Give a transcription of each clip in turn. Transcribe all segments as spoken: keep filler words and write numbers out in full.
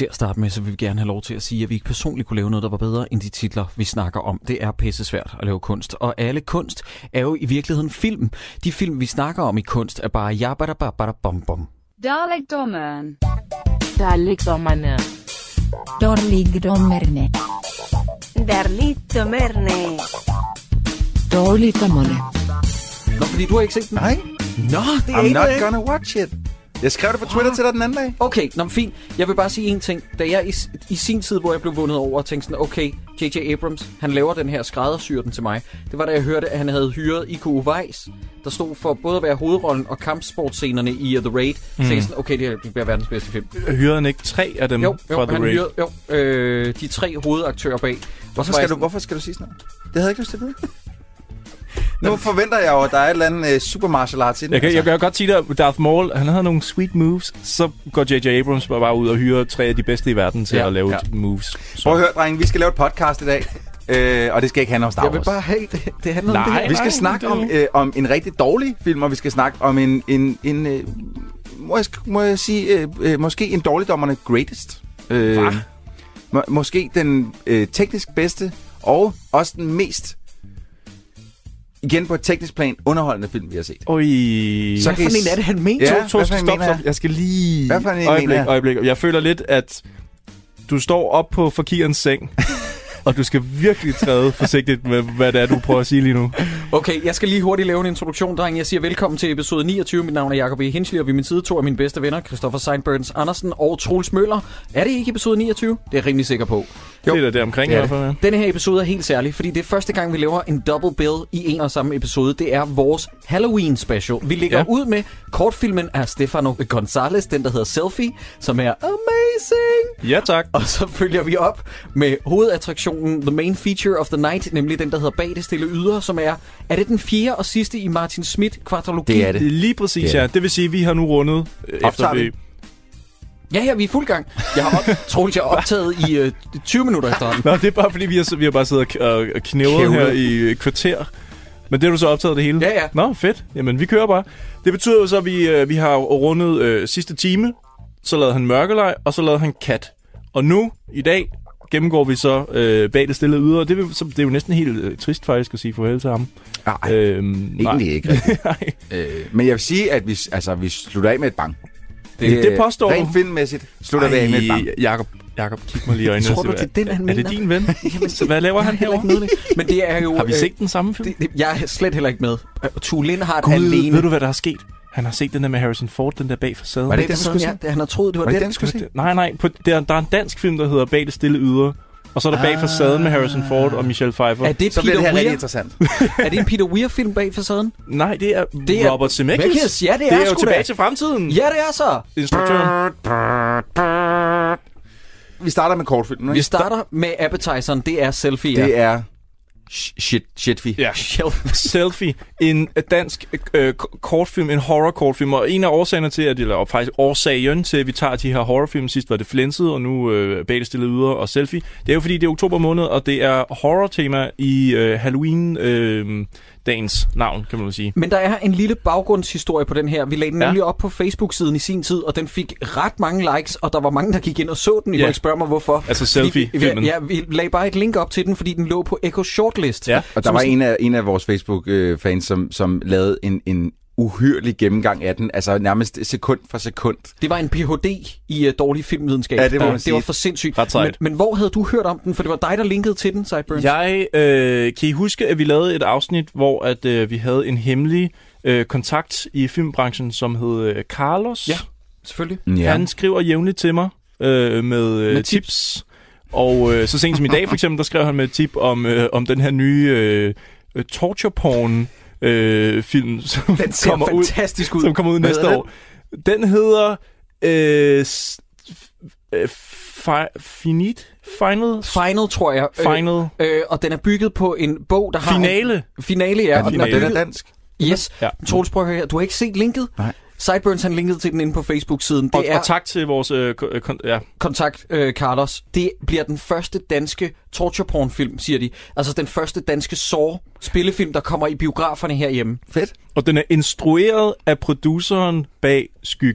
Til at starte med, så vil vi gerne have lov til at sige, at vi ikke personligt kunne lave noget, der var bedre end de titler, vi snakker om. Det er pisse svært at lave kunst. Og alle kunst er jo i virkeligheden film. De film, vi snakker om i kunst, er bare jabba-da-ba-ba-da-bom-bom. Dalekdommeren. Dalekdommerne. Dårligdommerne. Dalekdommerne. Dårligdommerne. Nå, fordi du har ikke set den? Nej. Nå, det er I'm ikke not noget, gonna watch it. Jeg skrev det på Twitter til dig den anden dag. Okay, nå, fint. Jeg vil bare sige en ting. Da jeg i, i sin tid, hvor jeg blev vundet over og tænkte sådan, okay, J J Abrams, han laver den her skræddersyr den til mig. Det var da jeg hørte, at han havde hyret Iko Uwais, der stod for både at være hovedrollen og kampsportscenerne i uh, The Raid. Mm. Så jeg sådan, okay, det her bliver verdens bedste film. Hyrede han ikke tre af dem jo, jo, fra The han Raid? Hyrede, jo, øh, de tre hovedaktører bag. Hvorfor skal, du, hvorfor skal du sige sådan noget? Det havde jeg ikke lyst til at vide. Nu forventer jeg jo, at der er et eller andet uh, super martial arts i den. Jeg kan, altså. jeg kan godt sige dig, at Darth Maul, han havde nogle sweet moves, så går J J Abrams bare ud og hyrer tre af de bedste i verden til ja, at lave ja. moves. Så. Prøv at høre, drenge, vi skal lave et podcast i dag, øh, og det skal ikke handle om Star Wars. Jeg vil bare have, det, det handler nej, om det her. Vi skal nej, snakke det... om, øh, om en rigtig dårlig film, og vi skal snakke om en, en, en øh, må, jeg, må jeg sige, øh, øh, måske en dårligdommerne greatest. Øh, må, måske den øh, teknisk bedste, og også den mest, igen på et teknisk plan, underholdende film, vi har set. Oj. Så hvad for en er det, han mener? Ja, to, to, hvad for en stop, mener stop. Jeg skal lige... Hvad for en øjeblik, mener jeg? øjeblik. Jeg føler lidt, at du står op på fakirens seng, og du skal virkelig træde forsigtigt med, hvad det er, du prøver at sige lige nu. Okay, jeg skal lige hurtigt lave en introduktion, dreng. Jeg siger velkommen til episode niogtyve. Mit navn er Jacob E. Hinchey, og ved min side to af mine bedste venner, Christoffer Seinburns Andersen og Troels Møller. Er det ikke episode niogtyve? Det er jeg rimelig sikker på. Jo. Det er der omkring i hvert fald. Denne her episode er helt særlig, fordi det er første gang, vi laver en double bill i en og samme episode. Det er vores Halloween special. Vi lægger ja. ud med kortfilmen af Stefano González, den der hedder Selfie, som er amazing. Ja, tak. Og så følger vi op med hovedattraktionen, the main feature of the night, nemlig den, der hedder Bag det stille ydre, som er, er det den fjerde og sidste i Martin Schmidt-kvartalogi? Det er det. Lige præcis, det ja. Det vil sige, at vi har nu rundet øh, efter vi... Ja, ja, vi er fuld gang. Jeg har op, Troels, jeg har optaget i øh, tyve minutter efterhånden. Nå, det er bare fordi, vi har, vi har bare siddet og, og knævet her i kvarter. Men det har du så optaget det hele? Ja, ja. Nå, fedt. Jamen, vi kører bare. Det betyder jo så, at vi, øh, vi har rundet øh, sidste time. Så lavede han mørkelej, og så lavede han kat. Og nu, i dag, gennemgår vi så øh, Bag det stille ydre. Det, så, det er jo næsten helt øh, trist faktisk at sige farvel til ham. Nej, øhm, egentlig nej. ikke. øh, men jeg vil sige, at vi, altså, vi slutter af med et bang. Det, det påstår du. Rent filmmæssigt slutter vi af med et bang. Jakob, Jakob, kig mig lige i øjnene. Tror du, det er den, han mener? Er det din ven? Jamen, så hvad laver han heller ikke med det? Men det er jo... Har vi set den samme film? Det, det, jeg er slet heller ikke med. Tue Lindhardt Gud, alene. ved du, hvad der er sket? Han har set den der med Harrison Ford, den der bag facaden. Var det den, sådan, ja, han har troet, det var, var det den, den, skulle se? Nej, nej. På, der, der er en dansk film, der hedder Bag det stille ydre. Og så er der Bag facaden med Harrison Ford og Michelle Pfeiffer. Er det så bliver det her rigtig interessant. Er det en Peter Weir-film Bag facaden? Nej, det er, det er Robert Zemeckis. Ja, det er, det er jo sgu Tilbage da. til fremtiden. Ja, det er så. Instruktøren. Vi starter med kortfilmen. Vi starter med appetizeren. Det er Selfie. Det er shit, shitfie. Ja. Selfie. En dansk øh, kortfilm, en horror-kortfilm. Og en af årsagerne til, at, eller faktisk årsagen til, at vi tager de her horrorfilm, sidst var det Flænset, og nu øh, Bag det stille ydre og Selfie. Det er jo fordi, det er oktober måned, og det er horror-tema i øh, Halloween... Øh, dagens navn, kan man sige. Men der er en lille baggrundshistorie på den her. Vi lagde den ja. nemlig op på Facebook-siden i sin tid, og den fik ret mange likes, og der var mange, der gik ind og så den. I ja. må ikke spørge mig, hvorfor. Altså Selfie-filmen. Ja, vi lagde bare et link op til den, fordi den lå på Echo Shortlist. Ja. Og der var en af, en af vores Facebook-fans, som, som lavede en, en uhyrlig gennemgang af den, altså nærmest sekund for sekund. Det var en P H D i uh, dårlig filmvidenskab. Ja, det må man det sige. var for sindssygt. Men, men hvor havde du hørt om den? For det var dig, der linkede til den, Sideburns. Jeg øh, kan I huske, at vi lavede et afsnit, hvor at, øh, vi havde en hemmelig øh, kontakt i filmbranchen, som hed øh, Carlos. Ja, selvfølgelig. Ja. Han skriver jævnligt til mig øh, med, øh, med tips. tips. Og øh, så sent som i dag, for eksempel, der skrev han med et tip om, øh, om den her nye øh, torture porn Øh, film, som den ser kommer fantastisk ud, ud. som kommer ud Hvad næste den? år. Den hedder øh, øh, fi, Finit? Final? Final, tror jeg. Final. Øh, øh, og den er bygget på en bog, der har... Finale. En, finale, ja. Ja, og den, den er, den er dansk. Yes. Ja. Troels, prøv at høre her. Du har ikke set linket? Nej. Sideburns, han linkede til den inde på Facebook-siden. Det og, er og tak til vores øh, kon- ja. kontakt, øh, Carlos. Det bliver den første danske torture porn-film, siger de. Altså den første danske Saw-spillefilm, der kommer i biograferne herhjemme. Fedt. Og den er instrueret af produceren bag Skyggen.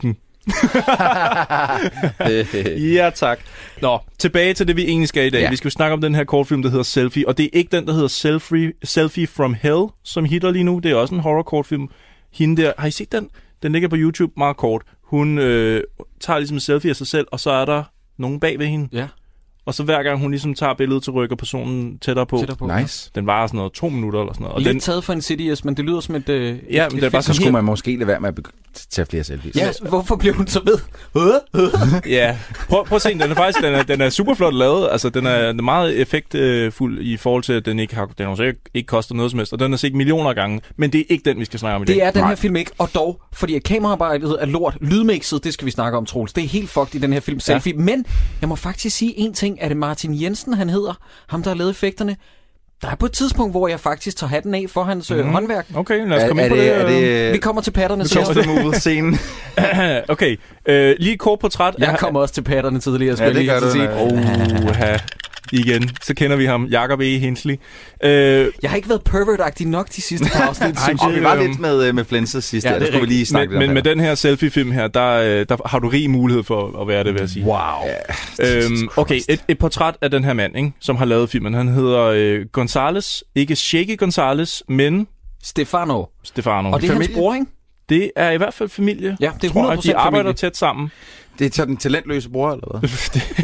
Ja, tak. Nå, tilbage til det, vi egentlig skal i dag. Ja. Vi skal jo snakke om den her kortfilm, der hedder Selfie. Og det er ikke den, der hedder Selfie, Selfie from Hell, som hitter lige nu. Det er også en horror-kortfilm. Hende der, har I set den? Den ligger på YouTube meget kort. Hun øh, tager ligesom en selfie af sig selv, og så er der nogen bag ved hende. Ja. Og så hver gang hun ligesom tager billedet, så rykker personen tættere på. Tættere på. Nice. Den varer sådan noget to minutter eller sådan noget. Og Lidt den, taget for Insidious, men det lyder som et... Øh, Ja, et, men det er bare Så så skulle man måske lade være med at begy- tage flere selfies. Ja, hvorfor blev hun så ved? ja, prøv, prøv at se den. Den er faktisk den er, den er super flot lavet. Altså, den er, den er meget effektfuld i forhold til, at den ikke har den har ikke, ikke koster noget som helst. Og den er set millioner af gange. Men det er ikke den, vi skal snakke om i dag. Det er den Nej. her film ikke, og dog, fordi at kameraarbejdet er lort, lydmixet, det skal vi snakke om, Troels. Det er helt fucked i den her film, Selfie. Ja. Men jeg må faktisk sige en ting. Er det Martin Jensen, han hedder? Ham, der har lavet effekterne? Der er på et tidspunkt, hvor jeg faktisk tager hatten af for hans mm. øh, håndværk. Okay, lad os Er, komme er, ind på det, det. er det... Vi kommer til patterne Vi senere. kommer til movie-scenen. Okay, øh, lige et kort portræt. Jeg kommer også til patterne tidligere, Ja, skulle det jeg gør lige du. sige. Oha, igen. Så kender vi ham, Jacob E. Hensley. Øh, Jeg har ikke været pervert-agtig nok de sidste par afsnit, synes Og jeg. vi var lidt med, med Flenses sidste. Ja, Ja, det der er skulle vi lige snakke men lidt men om med den her selfie-film her, der, øh, der har du rig mulighed for at være det, vil jeg sige. Wow. Øhm, okay, et, et portræt af den her mand, ikke, som har lavet filmen. Han hedder øh, Gonzales. Ikke Shaky Gonzales, men Stefano. Stefano. Og det er hans Familie? bror, ikke? det er i hvert fald familie. Ja, det er tror jeg. hundrede procent De arbejder familie. tæt sammen. Det er så den talentløse bror, eller hvad?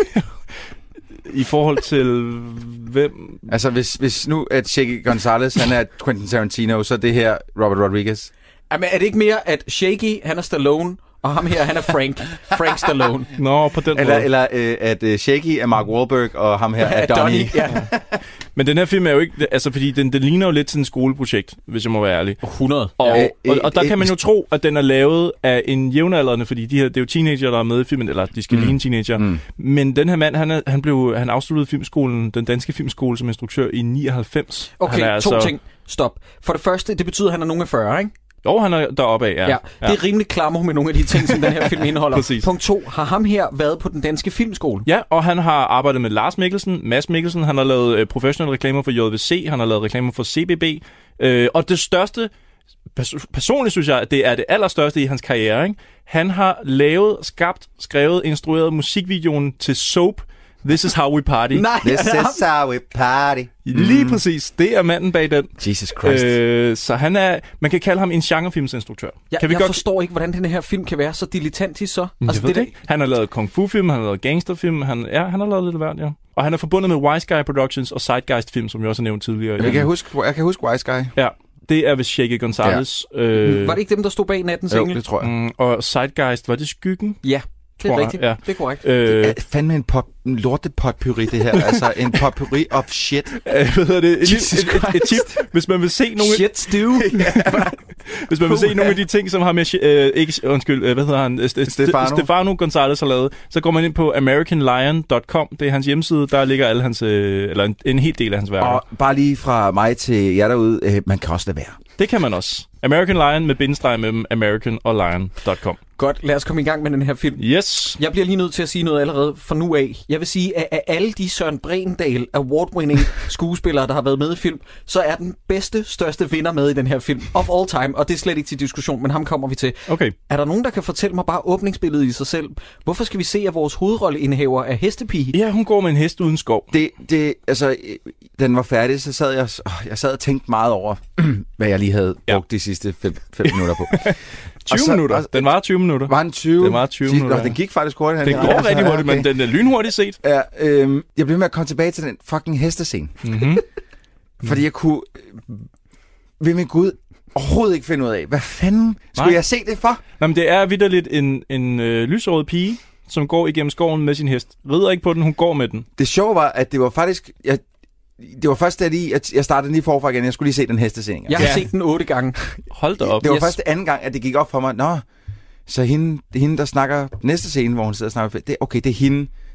I forhold til hvem? Altså, hvis, hvis nu at Shaky Gonzalez, han er Quentin Tarantino, så er det her Robert Rodriguez. Jamen, er det ikke mere, at Shaky, han er Stallone, og ham her, han er Frank. Frank Stallone. Nå, på den Eller, måde. eller øh, at øh, Shaky er Mark Wahlberg, og ham her er Donnie. Ja. Men den her film er jo ikke... Altså, fordi den, den ligner jo lidt til en skoleprojekt, hvis jeg må være ærlig. hundrede. Og, Ja, og, og der øh, kan man jo øh, tro, at den er lavet af en jævnaldrende, fordi de her, det er jo teenager, der er med i filmen, eller de skal mm. ligne teenager. Mm. Men den her mand, han, er, han, blev, han afsluttede filmskolen, den danske filmskole, som instruktør i nioghalvfems. Okay, han er to altså, ting. Stop. For det første, det betyder, at han er nogen af fyrre, ikke? Jo, han er deroppe af, ja. Ja, det er rimelig klammer med nogle af de ting, som den her film indeholder. Præcis. Punkt to. Har ham her været på den danske filmskole? Ja, og han har arbejdet med Lars Mikkelsen, Mads Mikkelsen, han har lavet øh, professionelle reklamer for J V C, han har lavet reklamer for C B B, øh, og det største, pers- personligt synes jeg, at det er det allerstørste i hans karriere, ikke? Han har lavet, skabt, skrevet, instrueret musikvideoen til Soap, This is how we party. Nej, This is how we party. Lige præcis, det er manden bag den. Jesus Christ. Øh, så han er, man kan kalde ham en genrefilmsinstruktør. jeg, kan vi jeg godt... forstår ikke, hvordan den her film kan være så dilettantisk så. Altså, det, det ikke. Han har lavet kung fu-film, han har lavet gangsterfilm, han, ja, han har lavet lidt af hvert, ja. Og han er forbundet med Wise Guy Productions og Zeitgeist Film, som vi også har nævnt tidligere. Jeg kan huske, jeg kan huske Wise Guy. Ja, det er ved Shaky Gonzalez. Ja. Øh, Var det ikke dem, der stod bag Nattens Jo, Engel? det tror jeg. mm, og Zeitgeist, var det Skyggen? Ja, det er Tror jeg, rigtigt. ja. Det er korrekt. Øh, Det er fandme en, pop, en lortet potpourri, det her. Altså, en potpourri of shit. øh, hvad hedder det? Et, Jesus et, et, et tip, hvis man vil se nogle... Shit, Stew. Hvis man vil se nogle af de ting, som har med... Øh, ikke, undskyld, øh, hvad hedder han? St- Stefano. Stefano Gonzalez har lavet. Så går man ind på american lion dot com. Det er hans hjemmeside. Der ligger alle hans... Øh, eller en, en hel del af hans værker. Og bare lige fra mig til jer derude, øh, man kan også lade være. Det kan man også. American Lion med bindestreg mellem american og lion dot com. Godt, lad os komme i gang med den her film. Yes. Jeg bliver lige nødt til at sige noget allerede fra nu af. Jeg vil sige, at af alle de Søren Brendal award-winning skuespillere, der har været med i film, så er den bedste, største vinder med i den her film of all time. Og det er slet ikke til diskussion, men ham kommer vi til. Okay. Er der nogen, der kan fortælle mig bare åbningsbilledet i sig selv? Hvorfor skal vi se, at vores hovedrolleindehaver er hestepige? Ja, hun går med en hest uden skov. Det, det, altså, øh, den var færdig, så sad jeg, åh, jeg sad og tænkte meget over, hvad jeg lige havde Ja. brugt de sidste fem, fem minutter på. tyve så- minutter. og- Den var tyve minutter. Var den tyve? Den var tyve Nå, minutter, ja. den gik faktisk hurtigt. Den går rigtig hurtigt, men den er lynhurtigt set. Ja, øhm, jeg blev med at komme tilbage til den fucking hestescene. Mm-hmm. Fordi jeg kunne, øh, ved min Gud, overhovedet ikke finde ud af, hvad fanden skulle Nej. jeg se det for? Nå, men det er vitterligt en, en øh, lysåret pige, som går igennem skoven med sin hest. Rider ikke på den, hun går med den. Det sjove var, at det var faktisk... Jeg, det var først der lige, at jeg startede lige forfra igen. Jeg skulle lige se den hestescene. Jeg har Ja. set den otte gange. Hold da op. Det var Yes. først det anden gang, at det gik op for mig. Nå, så hende, det er hende, der snakker næste scene, hvor hun sidder og snakker. Det, okay, det er hende.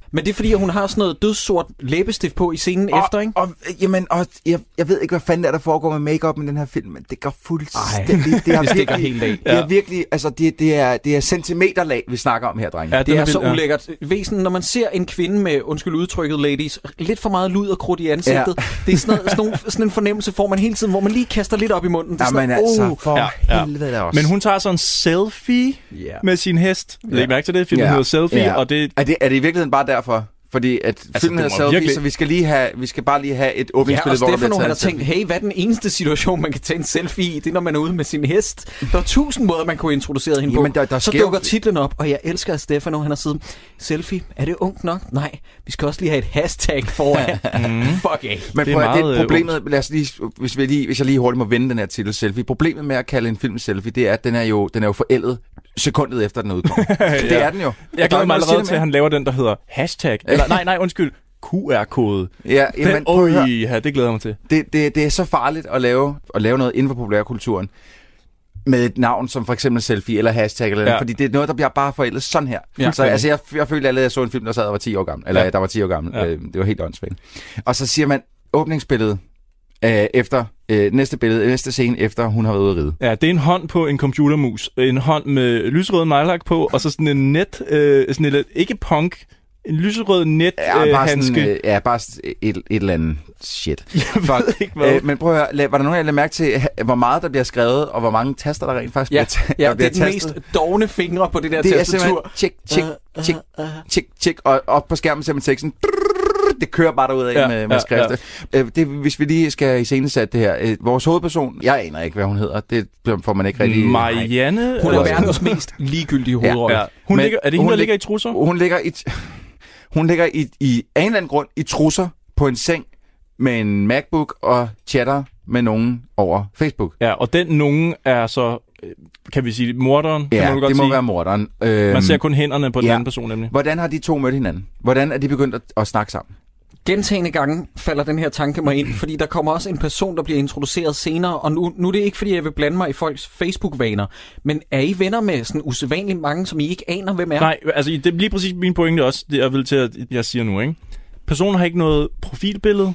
Men det er fordi, at hun har sådan noget dødssort læbestift på i scenen og, efter, ikke? Og, jamen, og jeg, jeg ved ikke, hvad fanden der, der foregår med make-up i den her film, men det går fuldstændig... Det, er det stikker virkelig, helt af. Det er virkelig... Altså, det, det, er, det er centimeterlag, vi snakker om her, drenge. Ja, det er, er så vild, ulækkert. Væsen, når man ser en kvinde med, undskyld udtrykket, ladies, lidt for meget lud og krudt i ansigtet, ja. det er sådan, noget, sådan, nogle, sådan en fornemmelse, får man hele tiden, hvor man lige kaster lidt op i munden. Det er ja, sådan, men altså, oh. for ja, ja. helvede der også. Men hun tager sådan en selfie yeah. med sin hest. Jeg lægger mærke til det, filmen ja. hedder Selfie, ja. og det... Er det... Er det i virkeligheden bare derfor? Fordi at altså, filmen hedder Selfie, virkelig... så vi skal lige have, vi skal bare lige have et åbningsbillede, ja, hvor der bliver taget taget tænkt, hey, hvad er den eneste situation, man kan tage en selfie i? Det er, når man er ude med sin hest. Der er tusind måder, man kunne introducere hende Jamen, på. Der, der så sker... dukker titlen op, og jeg elsker, at Stefano, han har siddet, selfie, er det ungt nok? Nej, vi skal også lige have et hashtag foran. mm. Fuck af. Men det er, prøv, det er problemet, lad os lige, hvis, vi lige, hvis jeg lige hurtigt må vende den her titel, Selfie. Problemet med at kalde en film Selfie, det er, at den er jo, den er jo forældet sekundet efter den udkom. ja. Det er den jo. Jeg glæder mig allerede til, at han laver den, der hedder hashtag. Eller, nej, nej, undskyld. Q R-kode. Ja, jamen, den, øj, ja, det glæder mig til. Det, det, det er så farligt at lave, at lave noget inden for populærkulturen med et navn som for eksempel selfie eller hashtag eller ja. Noget, fordi det er noget, der bliver bare forældet sådan her. Ja, så altså, jeg, jeg følte allerede, at jeg så en film, der sad og var ti år gammel. Eller ja. der var ti år gammel. Ja. Øh, det var helt åndssvagt. Og så siger man åbningsbillede øh, efter øh, næste billede, næste scene efter hun har været ude at ride. Ja, det er en hånd på en computermus. En hånd med lysrød nejlak på, og så sådan en net, øh, sådan et, ikke punk, en lyserød net ja, øh, bare handske. Sådan, øh, ja, bare et, et eller andet shit. Jeg ved ikke, hvad. Øh, men prøv at høre, var der nogen, der lagde mærke til, hvor meget der bliver skrevet, og hvor mange taster, der rent faktisk ja, bliver, t- ja, der bliver det er den mest dovne fingre på det der det tastatur. Det er tjek, tjek, tjek, tjek, tjek, og op på skærmen ser man teksten. Det kører bare derud af ja, med, med ja, skrifter. Ja. Øh, det, hvis vi lige skal iscenesætte det her. Øh, vores hovedperson, jeg aner ikke, hvad hun hedder. Det får man ikke rigtig... Marianne? Hun er verdens mest ligegyldige hovedrolle. Ja, ja. Hun ligger, er det hende, der ligger i trusser? Hun ligger i... Hun ligger i, i en eller anden grund i trusser på en seng med en MacBook og chatter med nogen over Facebook. Ja, og den nogen er så, kan vi sige, morderen? Ja, kan man godt det må sige. være morderen. Man ser kun hænderne på den ja. anden person nemlig. Hvordan har de to mødt hinanden? Hvordan er de begyndt at, at snakke sammen? Gentagende gange falder den her tanke mig ind, fordi der kommer også en person, der bliver introduceret senere, og nu, nu er det ikke, fordi jeg vil blande mig i folks Facebook-vaner, men er I venner med sådan usædvanligt mange, som I ikke aner, hvem er? Nej, altså det er lige præcis min pointe også, det er vel til, at jeg siger nu, ikke? Personen har ikke noget profilbillede,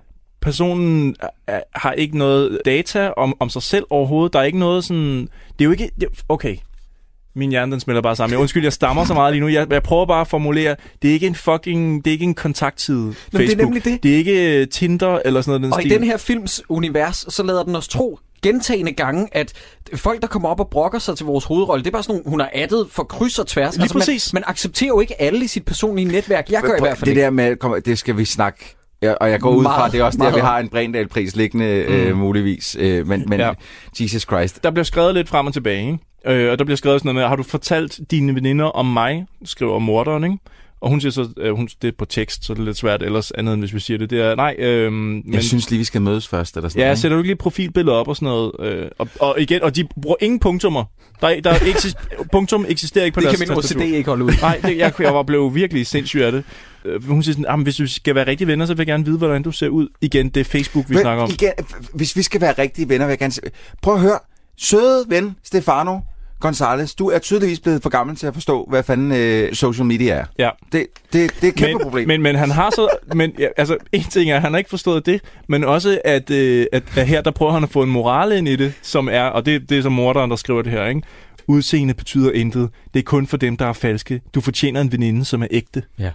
personen er, har ikke noget data om, om sig selv overhovedet, der er ikke noget sådan, det er jo ikke, det, okay, min hjerne, den smelter bare sammen. Jeg undskyld, jeg stammer så meget lige nu. Jeg, jeg prøver bare at formulere, det er ikke en fucking, det er ikke en kontaktside Facebook. Det er nemlig det. Det er ikke Tinder eller sådan noget den og stil. I den her films univers, så lader den os tro gentagende gange, at folk, der kommer op og brokker sig til vores hovedrolle, det er bare sådan nogle, hun har addet for kryds og tværs. Lige altså, præcis. Man, man accepterer jo ikke alle i sit personlige netværk. Jeg gør i hvert fald det ikke. Der med, kom, det skal vi snakke. Ja, og jeg går ud fra, det er også der, vi har en Brændal-pris liggende, mm. øh, muligvis. Øh, men men ja. Jesus Christ. Der bliver skrevet lidt frem og tilbage, ikke? Øh, og der bliver skrevet sådan noget med, har du fortalt dine veninder om mig? Skriver morderen, ikke? Og hun siger så, øh, hun, det er på tekst, så det er lidt svært ellers andet, end hvis vi siger det. Det er, nej, øh, men... Jeg synes lige, vi skal mødes først, eller sådan ja, noget. sætter du ikke lige profilbilleder op og sådan noget? Øh, og, og igen, og de bruger ingen punktummer. Der, der eksist, punktum eksisterer ikke på det deres tastatur. Det kan min O C D ikke holde ud. Nej, det, jeg, jeg var blevet virkelig sindssyg af det. Hun siger sådan, hvis du skal være rigtige venner, så vil jeg gerne vide, hvordan du ser ud. Igen, det er Facebook, vi Men, snakker om. Igen, hvis vi skal være rigtige venner, vil jeg gerne se... Prøv at høre. Søde ven, Stefano González, du er tydeligvis blevet for gammel til at forstå, hvad fanden øh, social media er. Ja. Det, det, det er et kæmpe men, problem. Men, men han har så... Men, ja, altså, en ting er, at han har ikke forstået det, men også, at, øh, at, at her, der prøver han at få en moral ind i det, som er... Og det, det er så morderen, der skriver det her, ikke? Udseende betyder intet. Det er kun for dem, der er falske. Du fortjener en veninde, som er ægte. Ja.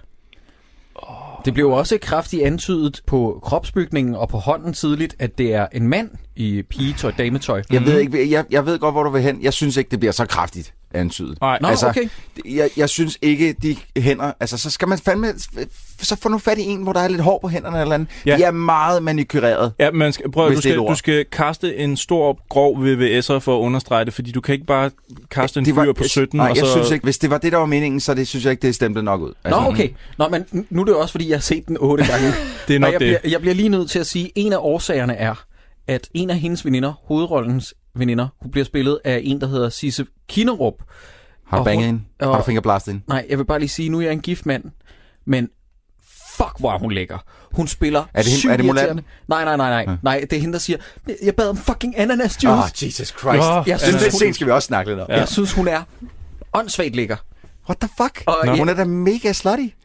Det blev også kraftigt antydet på kropsbygningen og på hånden tidligt, at det er en mand i pigetøj, dametøj. Jeg ved ikke, jeg, jeg ved godt, hvor du vil hen. Jeg synes ikke, det bliver så kraftigt antydet. Nej, Nå, altså, okay. Jeg, jeg synes ikke, de hænder... Altså, så skal man fandme... Så få nu fat i en, hvor der er lidt hår på hænderne eller andet. Ja. De er meget manikureret. Ja, man skal, prøv, du, skal, du skal kaste en stor, grov V V S'er for at understrege det, fordi du kan ikke bare kaste en fyr på sytten. Nej, og så... jeg synes ikke... Hvis det var det, der var meningen, så det, synes jeg ikke, det stemte nok ud. Altså, Nå, okay. Nå, men nu er det også, fordi jeg har set den otte gange. Det er nok jeg det. Bliver, jeg bliver lige nødt til at sige, at en af årsagerne er, at en af hendes veninder, hovedrollens veninder, hun bliver spillet af en, der hedder Sisse Kinderup. Har du banget ind? Har du fingerblastet ind? Nej, jeg vil bare lige sige, nu er jeg en gift mand, men fuck, hvor hun lækker. Hun spiller er det, er det irriterende. Nej, nej, nej, nej. Ja. Nej, det er hende, der siger, jeg bad om fucking ananas juice. Åh, oh, Jesus Christ. Oh, jeg synes, det scene skal vi også snakke lidt om. Ja. Jeg synes, hun er åndssvagt lækker. What the fuck? Og Nå, ja, hun er da mega slutty.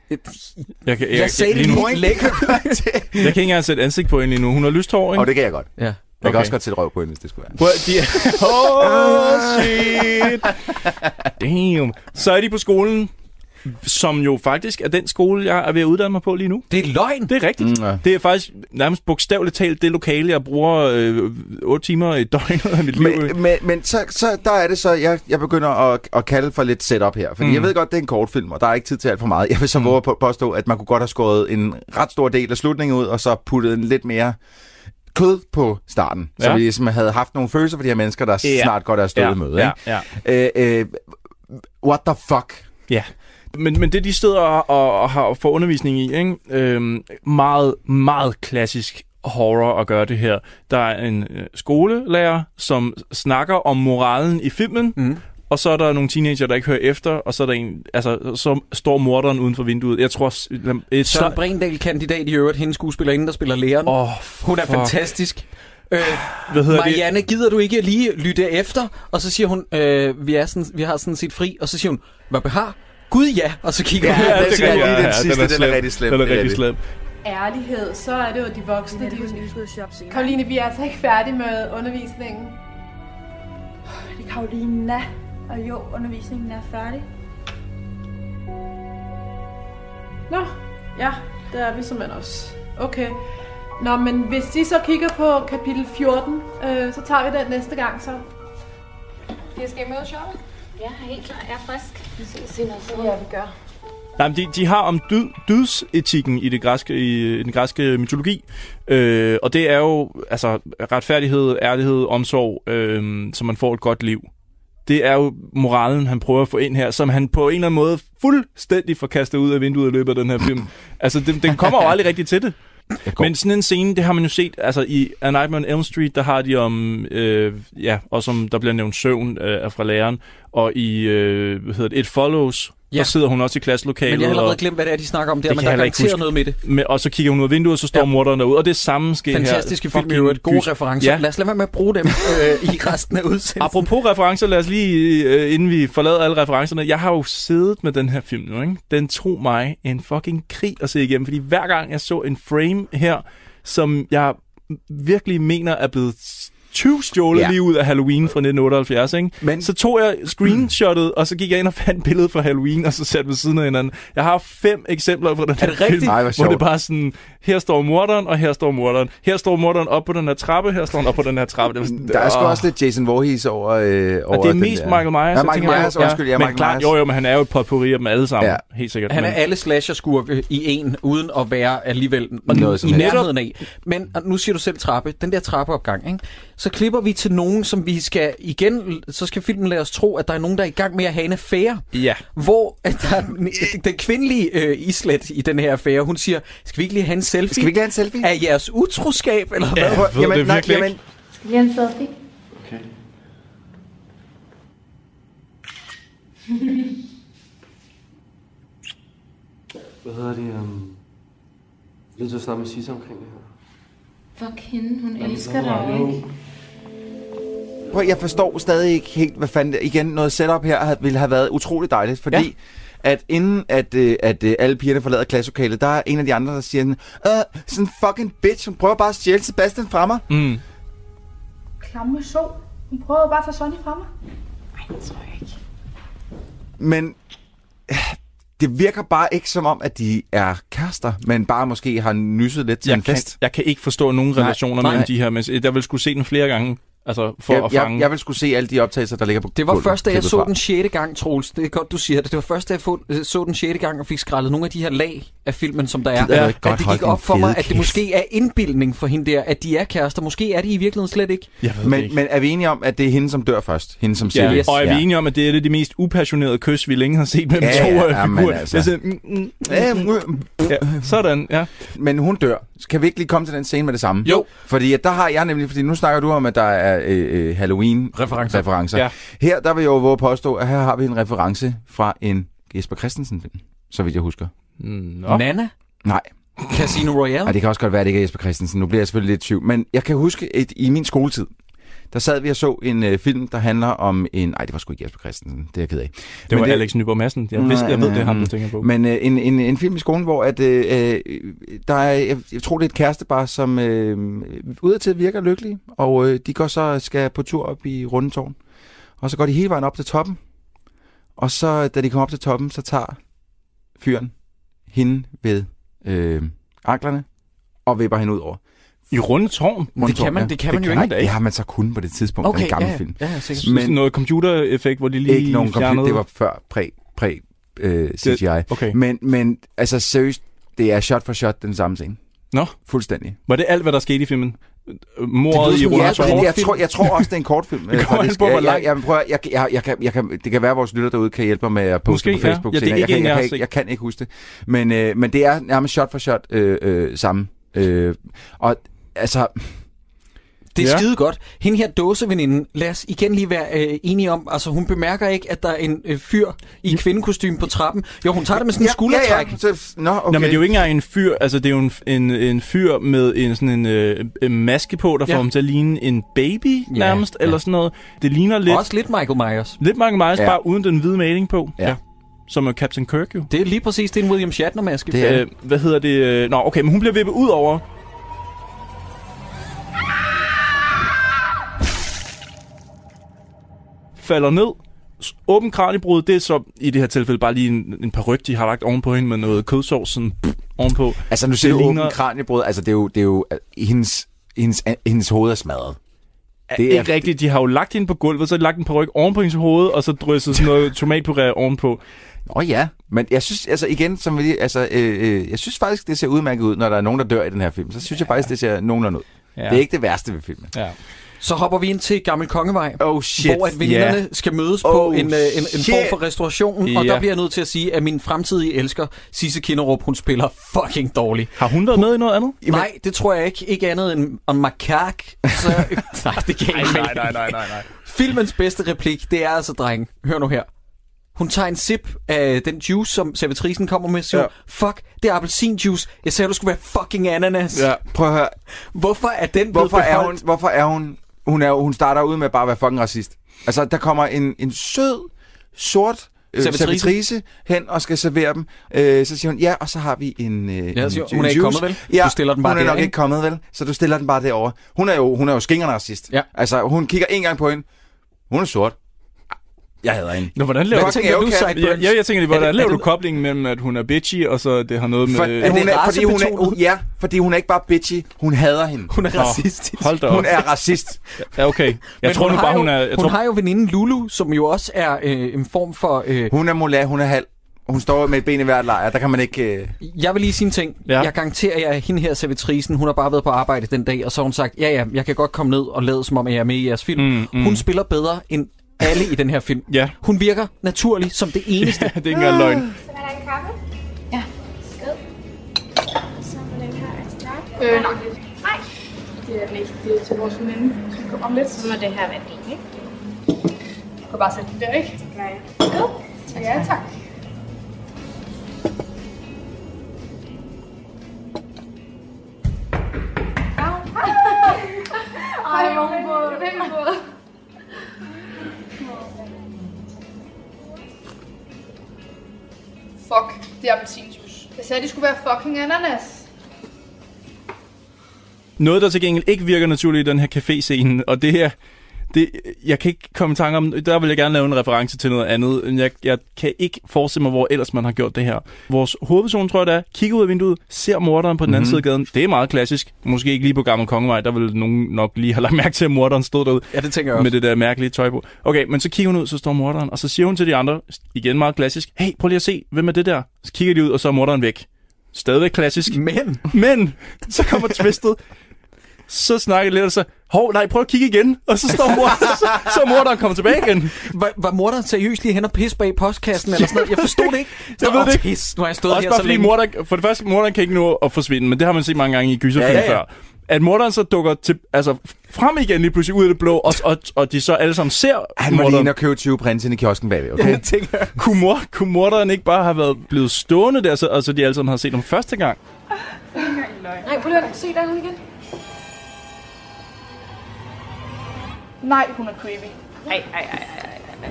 Jeg, kan, jeg, Jeg sagde det lige nu, lige lækker. jeg kan ikke engang sætte ansigt på hende lige nu. Hun har lyst hår, ikke? Og det kan jeg godt. Ja. Jeg kan Okay. også godt sætte røv på hende, hvis det skulle være. Prøv, de er... Oh, shit! Damn. Så er de på skolen, som jo faktisk er den skole, jeg er ved at uddanne mig på lige nu. Det er løgn. Det er rigtigt. Mm, ja. Det er faktisk nærmest bogstaveligt talt det lokale, jeg bruger øh, otte timer i døgnet af mit liv. Men, men, men så, så der er det så, jeg, jeg begynder at, at kalde for lidt setup her. Fordi mm. jeg ved godt, det er en kortfilm, og der er ikke tid til alt for meget. Jeg vil så våge på påstå, at man kunne godt have skåret en ret stor del af slutningen ud, og så puttet en lidt mere kød på starten. Ja. Så vi ligesom havde haft nogle følelser for de her mennesker, der Ja. snart godt er stået Ja, i møde. ja, Ikke? ja. Øh, øh, what the fuck? Ja. Men, men det, de sidder og, og, og har får undervisning i, ikke? Øhm, meget, meget klassisk horror at gøre det her. Der er en øh, skolelærer, som snakker om moralen i filmen, mm. og så er der nogle teenager, der ikke hører efter, og så er der en, altså, så står morderen uden for vinduet. Jeg tror... s- Et, Søren Brindal, kandidat i øvrigt, hende skuespillerinde, der spiller læreren. Åh, Hun er fuck. fantastisk. Øh, Hvad hedder det? Marianne, gider du ikke lige lytte efter? Og så siger hun, øh, vi, er sådan, vi har sådan set fri. Og så siger hun, hvad behar? Gud ja. Og så kigger hun. Ja, Ja, det det kan kan jeg jeg. lige den sidste, den er slem. rigtig slem. Den er Det er rigtig det. slem. ærlighed, så er det jo de voksne. Men De, er det, vi skal ud og shoppe senere? Karoline, vi er altså ikke færdige med undervisningen. Det er Karoline. Og jo, undervisningen er færdig. Nå, ja, det er vi simpelthen også. Okay. Nå, men hvis I så kigger på kapitel fjorten, øh, så tager vi den næste gang, så. Jeg skal I med og shoppe? Ja, helt klart. Jeg er frisk. Vi ses senere. Så. Ja, vi gør. Nej, men de, de har om død, dødsetikken i, det græske, i, i den græske mytologi. Øh, og det er jo altså retfærdighed, ærlighed, omsorg, øh, så man får et godt liv. Det er jo moralen, han prøver at få ind her, som han på en eller anden måde fuldstændig får kastet ud af vinduet i løbet af den her film. Altså, den, den kommer jo aldrig rigtig til det. Men sådan en scene, det har man jo set, altså i A Nightmare on Elm Street, der har de om, øh, ja, og som der bliver nævnt søvn øh, fra læreren, og i, øh, hvad hedder det, It Follows, ja. Der sidder hun også i klasselokalet. Men jeg har allerede og, glemt, hvad det er, de snakker om der, det men kan der jeg er ikke garanteret huske. noget med det. med, og så kigger hun ud af vinduet, og så står ja. morderen derude, og det samme sker her. Fantastiske film i Fucking øvrigt, gode gys. referencer. Ja. Lad os lade være med at bruge dem øh, i resten af udsendelsen. Apropos referencer, lad os lige, øh, inden vi forlader alle referencerne. Jeg har jo siddet med den her film nu, ikke? Den tog mig en fucking krig at se igennem, fordi hver gang jeg så en frame her, som jeg virkelig mener er blevet tyvstjålet Ja. lige ud af Halloween fra nitten otteoghalvfjerds, ikke? Men- Så tog jeg screenshottet, og så gik jeg ind og fandt billedet fra Halloween, og så satte ved siden af hinanden. Jeg har fem eksempler fra den her det rigtigt? film, Ej, hvor hvor sjovt. det er bare sådan, her står morderen, og her står morderen. Her står morderen op på den her trappe, her står han op på den her trappe. Det var sådan, Der er sgu åh. også lidt Jason Voorhees over, øh, over Og det er den mest der. Michael Myers. Ja, jeg Michael tænker, Myers, undskyld, ja, men Michael klart, Myers. jo, jo, men han er jo et potpourri af dem alle sammen. Ja. Helt sikkert. Han er men, alle slasher-skurke i en, uden at være alligevel Noget som i helst. nærheden af. Men og nu siger du selv trappe. Den der trappeopgang, ikke? Så klipper vi til nogen, som vi skal igen... Så skal filmen lade os tro, at der er nogen, der er i gang med at have en affære. ja. Hvor at der er den, den kvindelige øh, islet i den her affære, hun siger, skal vi ikke lige have en selfie? Skal vi ikke have en selfie? Af jeres utroskab, eller hvad? Ja. Jeg ved Jamen, det nej, virkelig jamen, ikke. Skal vi have en selfie? Okay. Hvad hedder det? Um... Jeg er nødt til at snakke med Sisse omkring det her. Fuck hende. Hun elsker dig jo ikke. Prøv, jeg forstår stadig ikke helt, hvad fanden det igen, noget setup her havde, ville have været utroligt dejligt, fordi ja. at inden at, øh, at øh, alle pigerne forlader klasselokalet, der er en af de andre, der siger sådan, øh, sådan en fucking bitch, hun prøver bare at stjæle Sebastian fra mig. Mm. Klamme så. Hun prøver jo bare at tage Sonny fra mig. Nej, det tror jeg ikke. Men øh, det virker bare ikke som om, at de er kærester, men bare måske har nysset lidt til Jeg en kan, fest. jeg kan ikke forstå nogen Nej, relationer nej. mellem de her, men jeg vil skulle se den flere gange, altså for Jeg, at fange. jeg, jeg vil skulle se alle de optagelser, der ligger på Det var gulvet, først, da jeg klippet så fra. den sjette gang, Troels. Det er godt, du siger det. Det var først, da jeg få- så den sjette gang og fik skrællet nogle af de her lag af filmen, som der er. Gider du ikke godt At det holde gik op din for mig, fede at det kæft? måske er indbildning for hende der, at de er kærester. Måske er de i virkeligheden slet ikke. Jeg ved det Men, ikke. men er vi enige om, at det er hende, som dør først? Hende, som siger Ja, det? og er vi enige om, at det er det de mest upassionerede kys, vi længe har set mellem Ja, to ja, øh, ja, men figurer? altså. Det er sådan, mm, mm, Ja, mm, ja, sådan, ja. Men hun dør. Kan vi ikke lige komme til den scene med det samme? Jo. Fordi at der har jeg nemlig, fordi nu snakker du om, at der er øh, øh, Halloween-referencer. Referencer. Ja. Her, der vil jeg jo våge påstå, at her har vi en reference fra en Jesper Christensen-film, så vidt jeg husker. Nå. Nana? Nej. Casino Royale? Ej, det kan også godt være, at det ikke er Jesper Christensen. Nu bliver jeg selvfølgelig lidt i tvivl. Men jeg kan huske, at i min skoletid, der sad vi og så en øh, film, der handler om en... Nej, det var sgu ikke Jesper Christensen, det er jeg ked af. Det Men var det, Alex Nyborg Madsen. Jeg, vidste, jeg ved, det er ham, du tænker på. Men øh, en, en, en film i skolen, hvor at, øh, der er, jeg, jeg tror, det er et kærestepar, som øh, udadtil virker lykkelige, og øh, de går så skal på tur op i Rundetårn. Og så går de hele vejen op til toppen, og så, da de kommer op til toppen, så tager fyren hende ved øh, anklerne og vipper hende ud over. I Rundetårn? Det kan man, det kan man jo ikke. Det har man så kun på det tidspunkt, okay, en gammel ja, film. Ja, ja, sikkert. Men noget computereffekt, hvor de lige ikke nogen fjernede... computer, det var før præ, præ øh, C G I. Det, okay. Men, men altså seriøst, det er shot for shot den samme scene. Nå? Fuldstændig. Var det alt, hvad der skete i filmen? Mordet i Rundetårn? Ja, jeg, tror, jeg tror også, det er en kortfilm. Det kommer på, hvor langt. Jeg, jeg, prøver, jeg, jeg, jeg, kan, jeg kan, det kan være, at vores lytter derude kan hjælpe mig med at poste Måske, på Facebook. Ja. Ja, det er jeg, ikke kan, en, jeg, jeg, jeg, kan, jeg kan ikke huske det. Men, øh, men det er nærmest shot for shot øh, øh, samme. Øh, og altså... Det er ja. skide godt. Hende her dåseveninden, lad os igen lige være øh, enige om, altså hun bemærker ikke, at der er en øh, fyr i kvindekostyme på trappen. Jo, hun tager det med sådan en ja, skuldertræk. Ja, ja. Så, no, okay. Nå, men det er jo ikke engang en fyr, altså det er jo en, en, en fyr med en sådan en øh, en maske på, der ja. får ham til at ligne en baby ja, nærmest, ja. eller sådan noget. Det ligner lidt... Også lidt Michael Myers. Lidt Michael Myers, ja. bare uden den hvide maling på. Ja. Som er Captain Kirk jo. Det er lige præcis, det er en William Shatner-maske. Det er... Øh, hvad hedder det? Nå, okay, men hun bliver vippet ud over... falder ned, åben kraniebrud, det er så i det her tilfælde bare lige en, en paryk, de har lagt ovenpå hende med noget kødsovs sådan pff, ovenpå. Altså nu ser du ligner... åben kraniebrud, altså det er jo, det er jo hendes, hendes, hendes hoved er smadret. Det er ikke rigtigt, de har jo lagt hende på gulvet, så har de lagt en paryk ovenpå hendes hoved, og så drysset sådan noget tomatpuré ovenpå. Åh oh, ja, men jeg synes, altså igen, som vi, altså, øh, øh, jeg synes faktisk, det ser udmærket ud, når der er nogen, der dør i den her film. Så synes ja. jeg faktisk, det ser nogenlunde ud. Ja. Det er ikke det værste ved filmen. Ja. Så hopper vi ind til Gammel Kongevej, oh, shit. hvor at veninderne yeah. skal mødes oh, på en, en, en form for restauration. Yeah. Og der bliver jeg nødt til at sige, at min fremtidige elsker, Sisse Kinderup, hun spiller fucking dårligt. Har hun været med i noget andet? Nej, det tror jeg ikke. Ikke andet end on my kærk. Så... nej, det kan jeg ikke. Nej, nej, nej, nej, nej. Filmens bedste replik, det er altså, dreng. Hør nu her. Hun tager en sip af den juice, som servitrisen kommer med, og siger, ja. fuck, det er appelsinjuice. Jeg sagde, du skulle være fucking ananas. Ja, prøv at høre. Hvorfor er den hvorfor er hun, hvorfor er hun... Hun, er, hun starter ud med bare at være fucking racist. Altså, der kommer en, en sød, sort øh, servitrice hen og skal servere dem. Øh, så siger hun, ja, og så har vi en, øh, ja, siger, en hun er ikke kommet, vel? Ja, du stiller den bare hun er der, nok ikke kommet, vel? Så du stiller den bare derovre. Hun er jo, hun er jo skingerne racist. Ja. Altså, hun kigger en gang på hende. Hun er sort. Jeg hader hende. Nå, hvordan laver du Sideburns? Ja, jeg tænker, hvordan laver du koblingen mellem, at hun er bitchy, og så det har noget med... For, er hun er, fordi hun er, ja, fordi hun er ikke bare bitchy, hun hader hende. Hun er racistisk. Hold da op. Hun er racist. Ja, okay. Jeg tror nu bare, jo, hun er... Jeg hun tror... har jo veninden Lulu, som jo også er øh, en form for... Øh... Hun er mullah, hun er halv. Hun står med et ben i hvert lejr, der kan man ikke... Øh... Jeg vil lige sige en ting. Ja. Jeg garanterer jer, at hende her servitrisen, hun har bare været på arbejde den dag, og så har hun sagt, ja ja, jeg kan godt komme ned og lade som om, jeg er med i jeres film. Mm, mm. Hun spiller bedre end alle i den her film. Ja. Hun virker naturlig som det eneste. Ja, det er ikke engang løgn. Så er der en kaffe? Ja. Skål. Så må den her er til dig. Øh, nej. Nej. Det er den ikke. Det er til vores veninde. Så vi kommer om lidt. Så må det her være din, ikke? Du kan bare sætte den der, ikke? Det gør jeg. Skål. Tak. Ja, tak. Ej, morgenbåd. Det er en båd. Fuck, det er appelsinjuice. Jeg sagde, de skulle være fucking ananas. Noget, der til gengæld ikke virker naturligt i den her café-scene, og det her... Det, jeg kan ikke komme i tanke om... Der vil jeg gerne lave en reference til noget andet. Jeg, jeg kan ikke forestille mig, hvor ellers man har gjort det her. Vores hovedperson, tror jeg det er, kigger ud af vinduet, ser morderen på den anden mm-hmm. side af gaden. Det er meget klassisk. Måske ikke lige på Gammel Kongevej. Der vil nogen nok lige have lagt mærke til, at morderen stod derude. Ja, det tænker jeg også. Med det der mærkelige tøj på. Okay, men så kigger hun ud, så står morderen, og så siger hun til de andre, igen meget klassisk, hey, prøv lige at se, hvem er det der? Så kigger de ud, og så er morderen væk. Stadigvæk klassisk. Men? Men, så kommer twistet. Så snakker lidt, og så, hov, nej, prøv at kigge igen. Og så står morderen, så, så er morderen kommet tilbage igen. Var, var morderen seriøst lige hen og pisse bag postkassen eller sådan noget? Jeg forstod det ikke. Jeg ved det ikke. Pis. Nu har jeg stået også her bare så fordi længe. Morderen, for det første, morderen kan ikke nå at forsvinde, men det har man set mange gange i gyserfilm ja, ja, ja. før. At morderen så dukker til, altså, frem igen lige pludselig ud af det blå, og, og, og de så alle sammen ser han må lige ind og købe tyve prinsen i kiosken bagved, okay? Ja, tænker jeg. Kunne, mor, kunne morderen ikke bare have været blevet stående der, så altså, de alle sammen havde set dem første gang? Nej, prøv lige at se der igen. Nej, hun er creepy. Ej, ej, ej, ej, ej.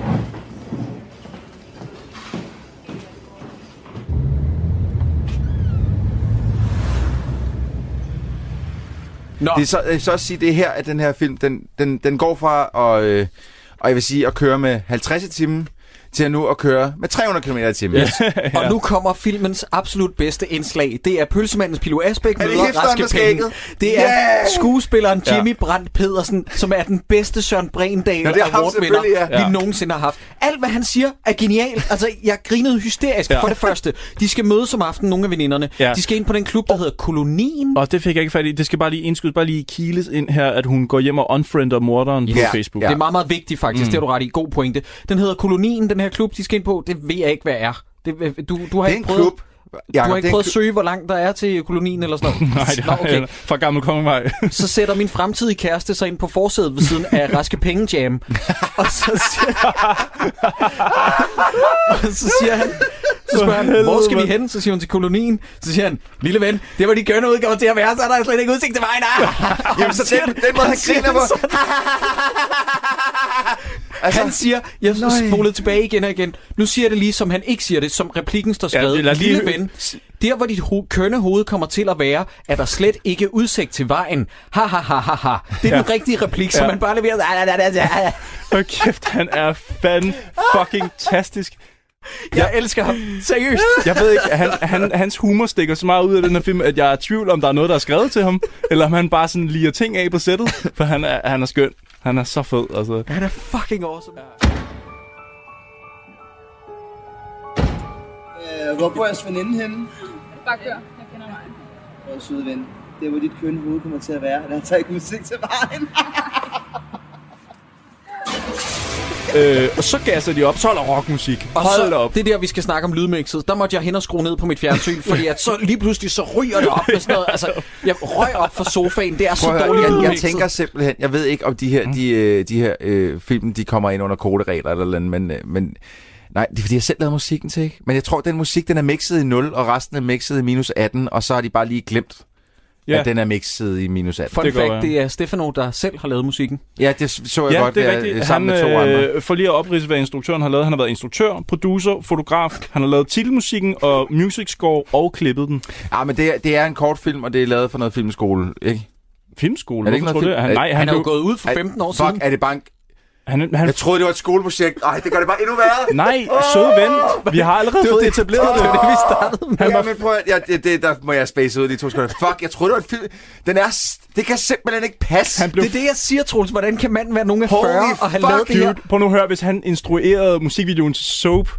Nå. Det er så, så at sige det her, at den her film, den, den, den går fra at, øh, og jeg vil sige, at køre med halvtreds i timen, til nu at køre med tre hundrede kilometer i timen. Yes. Ja. Og nu kommer filmens absolut bedste indslag. Det er Pølsemandens Pilo Asbæk møder Raske Penge. Det er yeah! skuespilleren Jimmy ja. Brandt Pedersen, som er den bedste Søren Bregendal ja, awardvinder, ja. vi nogensinde har haft. Alt, hvad han siger, er genialt. Altså, jeg grinede hysterisk ja. for det første. De skal mødes om aftenen, nogle af veninderne. Ja. De skal ind på den klub, der hedder Kolonien. Og det fik jeg ikke fat i. Det skal bare lige indskyde, bare lige kiles ind her, at hun går hjem og unfriender morderen ja. på Facebook. Ja. Det er meget, meget vigtigt faktisk. Mm. Det har du ret i. God pointe. Den hedder Kolonien, den her klub, de skal ind på. Det ved jeg ikke, hvad er. Det, du, du har det er ikke en prøvet... klub. Jacob, du har ikke prøvet at søge, hvor langt der er til kolonien eller sådan noget? Nej, det har okay. jeg fra Gammel Kongevej. Så sætter min fremtidige kæreste sig ind på forsædet ved siden af Raske Penge Jam. Og så siger, og så siger han, så spørger han, hvor skal vi hen? Så siger hun til kolonien. Så siger han, lille ven, det var de gønne ud kommer til at være, så er der slet ikke udsigt til vejen. Jamen, så den, den måde, han griner på. Altså, han siger, jeg spolede tilbage igen og igen. Nu siger jeg det lige, som han ikke siger det, som replikken står skrevet. Ja, lille ven, der hvor dit ho- kønne hoved kommer til at være, er der slet ikke udsigt til vejen. Ha ha ha ha ha. Det er ja. den rigtige replik, som ja. man bare leverer. Hold kæft, han er fan fucking tastisk. Jeg ja. elsker ham. Seriøst. Jeg ved ikke, han, han, hans humor stikker så meget ud af den her film, at jeg er i tvivl, om der er noget, der er skrevet til ham, eller om han bare sådan liger ting af på sættet, for han er, han er skøn. Han er så fed, altså. Han er fucking awesome. Øh, hvor bor jeres veninde henne? Bare kør. Jeg kender mig. Hvor søde ven. Det er, hvor dit kønne hoved kommer til at være. Der tager ikke udsigt til vejen. øh, og så gasser de op, så holder rockmusik. Og Hold så, op. Det er der, vi skal snakke om lydmixet. Der måtte jeg hen og skrue ned på mit fjernsyn, fordi at så lige pludselig så ryger det op med sådan noget. Altså, jeg røg op fra sofaen. Det er så dårligt jeg, jeg tænker simpelthen, jeg ved ikke, om de her, de, de her øh, film, de kommer ind under koderegler eller noget, men, men nej, det er fordi, jeg selv lavede musikken til, ikke? Men jeg tror, at den musik, den er mixet i nul, og resten er mixet i minus atten, og så har de bare lige glemt, ja. at den er mixet i minus atten. Fun det fact, det er Stefano, der selv har lavet musikken. Ja, det så jeg ja, godt. Det er rigtigt. Sammen han, med to andre. Øh, for lige at opridse, hvad instruktøren har lavet. Han har været instruktør, producer, fotograf. Han har lavet titelmusikken og music score og klippet den. Ja, men det er, det er en kortfilm, og det er lavet for noget filmskole, ikke? Filmskole? Er det ikke noget film? Det? Han, nej, han, han er jo blev... gået ud for femten år fuck, siden. Fuck, er det bare en... Han, han... Jeg troede, det var et skoleprojekt. Ej, det gør det bare endnu værre. Nej, oh! søde ven. Vi har allerede det fået etableret det. Det var det, vi startede med. Ja, men prøv at... Ja, det, det, der må jeg space ud de to sekunder. Fuck, jeg troede, det var en film. Den er... Det kan simpelthen ikke passe. Blev... Det er det, jeg siger, Troels. Hvordan kan manden være nogen af fyrre og have lavet det her? Prøv nu at høre, hvis han instruerede musikvideoen til Soap,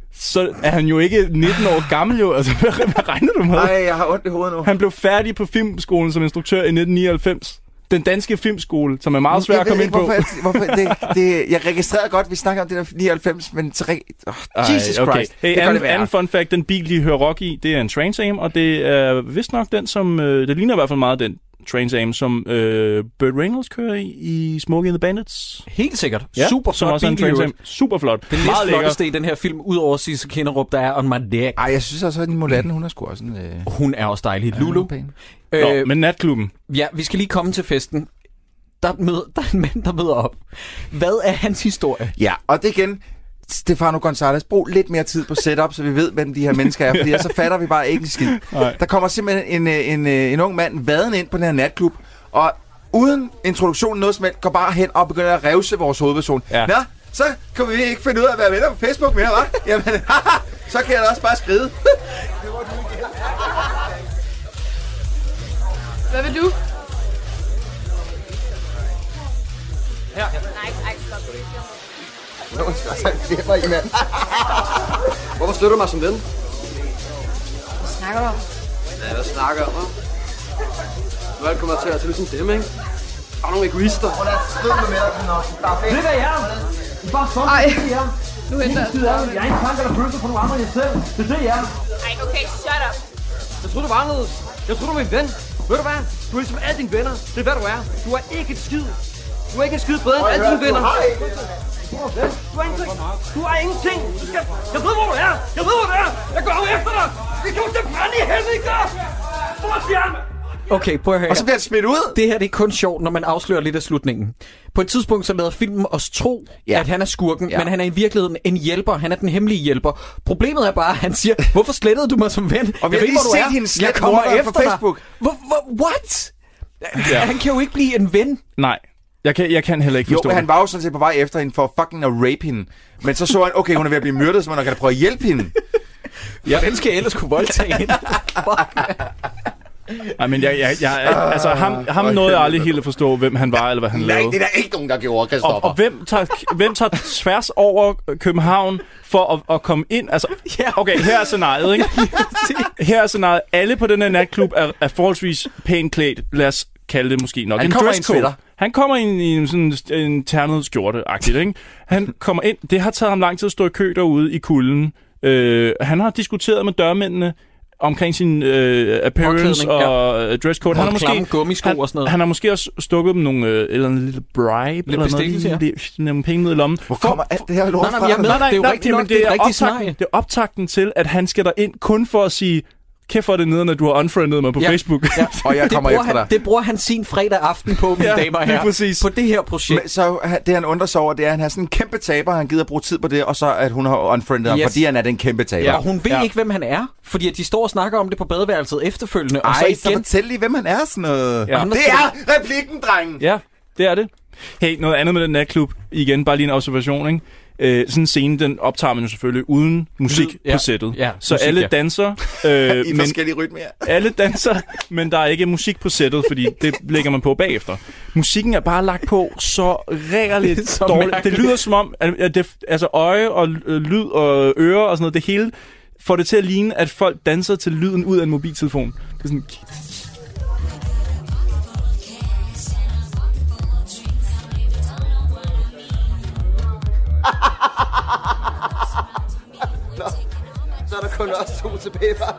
så er han jo ikke nitten år gammel jo. Altså, hvad regner du med? Nej, jeg har ondt i hovedet nu. Han blev færdig på filmskolen som instruktør i nitten nioghalvfems. Den danske filmskole, som er meget svær at komme ind på. Hvorfor, hvorfor det, det, jeg registrerede godt, at vi snakker om det der nioghalvfems, men så... Oh, Jesus okay. Christ. Hey, det anden, anden fun fact, den bil, de hører rock i, det er en Trans Am, og det er vist nok den, som... Øh, det ligner i hvert fald meget den Trans Am, som øh, Burt Reynolds kører i, i Smokey and the Bandits. Helt sikkert. Ja, super flot bil. Super flot. Det er meget flotteste i den her film, udover Sisse Kinderup, der er On My Dick. Ej, jeg synes også, at Molatten, hun er sgu også en... Øh... Hun er også dejlig. Ja, Lulu. Øh, Nå, men natklubben. Ja, vi skal lige komme til festen. Der, møder, der er en mand, der møder op. Hvad er hans historie? Ja, og det igen, Stefano González, brug lidt mere tid på setup, så vi ved, hvem de her mennesker er, fordi så fatter vi bare ikke skid. Der kommer simpelthen en, en, en, en ung mand vaden ind på den her natklub, og uden introduktion noget som helst, går bare hen og begynder at revse vores hovedperson. Ja. Nå, så kan vi ikke finde ud af at være venner på Facebook mere, hva'? Jamen, så kan jeg da også bare skride. Hvad vil du? Ja. Nej, nej, stop. Nå, skal også have en fjemmer i, mand. Hvorfor støtter du mig som ven? Hvad snakker du om? Ja, hvad snakker jeg om, hva'? Nu er alt kommer til at se ligesom dem, ikke? Der er nogle egoister. Hvor er det stød med mig, der er fedt. Det er jer. I er bare sådan, Ej. det er jer. Nu henter jeg. Jeg er ikke tanker, der følelser for nogle andre end jer selv. Det er det, jer. Ej, okay, shut up. Jeg troede, du var anderledes. Jeg troede, du var min ven. Ved du hvad? Du er ligesom alle dine venner. Det er hvad du er. Du er ikke et skid. Du er ikke et skid bedre end alle dine venner. Du er ingenting. Du er ingenting. Du skal... Jeg ved, hvor du er. Jeg ved, hvor du er. Jeg går efter dig. Vi kommer til at brænde i helvede, ikke der? Hvor er stjerne? Okay, prøv at høre. Og så bliver han smidt ud. Det her det er kun sjovt, når man afslører lidt af slutningen. På et tidspunkt så lader filmen os tro, ja. at han er skurken, ja. men han er i virkeligheden en hjælper. Han er den hemmelige hjælper. Problemet er bare, at han siger, hvorfor slettede du mig som ven? Og vi jeg har lige ved, set hende jeg slette kommer morderen efter på Facebook. Hvor, hvor, what? Ja. Han kan jo ikke blive en ven. Nej. Jeg kan, jeg kan heller ikke forstå Jo, men han var jo sådan set på vej efter hende for fucking at rape hende. Men så så han, okay, hun er ved at blive myrdet, så man kan da prøve at hjælpe hende. Ja, den skal jeg ellers kunne voldtage hende. Nej, men jeg, jeg, jeg, altså, ham, ham nåede jeg aldrig helt at forstå, hvem han var, eller hvad han Nej, lavede. det er der ikke nogen, der gjorde, Christoffer. Og, og hvem, tager, hvem tager tværs over København for at, at komme ind? Altså, okay, her er scenariet, ikke? Her er scenariet. Alle på den her natklub er, er forholdsvis pænt klædt. Lad os kalde det måske nok. Han en kommer dresscode. i en Han kommer ind i en, sådan, en ternet skjorte-agtigt, ikke? Han kommer ind. Det har taget ham lang tid at stå i kø derude i kulden. Øh, han har diskuteret med dørmændene omkring sin øh, appearance og ja. dresscode. Han har måske gummisko han, og sådan noget. Han har måske også stukket dem nogle øh, eller en lille bribe lidt eller bestikkelse, noget, ja. nogle penge ned i lommen. Hvor kommer alt det her lort fra? Nej, nej, jeg er med. Nej, nej, det er jo nej, rigtigt nej, nok, det, det er er rigtig optakten, scenarie. det er optakten til, at han skal derind kun for at sige, kæft for det nede, når du har unfriendet mig på ja. Facebook. Ja. Og jeg kommer efter han, dig. Det bruger han sin fredag aften på, mine ja, damer og herrer. Præcis. På det her projekt. Men, så det, han undrer sig over, det er, at han er sådan en kæmpe taber. Han gider bruge tid på det, og så at hun har unfriendet yes. ham, fordi han er den kæmpe taber. Ja, og hun ved ja. ikke, hvem han er, fordi at de står og snakker om det på badeværelset efterfølgende. Ej, og så igen... så fortæl lige, hvem han er sådan noget. Ja. Det er replikken, drengen! Ja, det er det. Hey, noget andet med den natklub. Igen, bare lige en observation, ikke? Øh, sådan en scene, den optager man jo selvfølgelig uden musik Lyd, ja. på sættet. Ja, så musik, alle ja. danser. Øh, I men forskellige rytmer. alle danser, men der er ikke musik på sættet, fordi det lægger man på bagefter. Musikken er bare lagt på så rærligt så dårligt. mærkeligt. Det lyder som om, at det, altså øje og lyd og ører og sådan noget, det hele får det til at ligne, at folk danser til lyden ud af en mobiltelefon. Det er sådan... Så er der kun også to tilbage, bare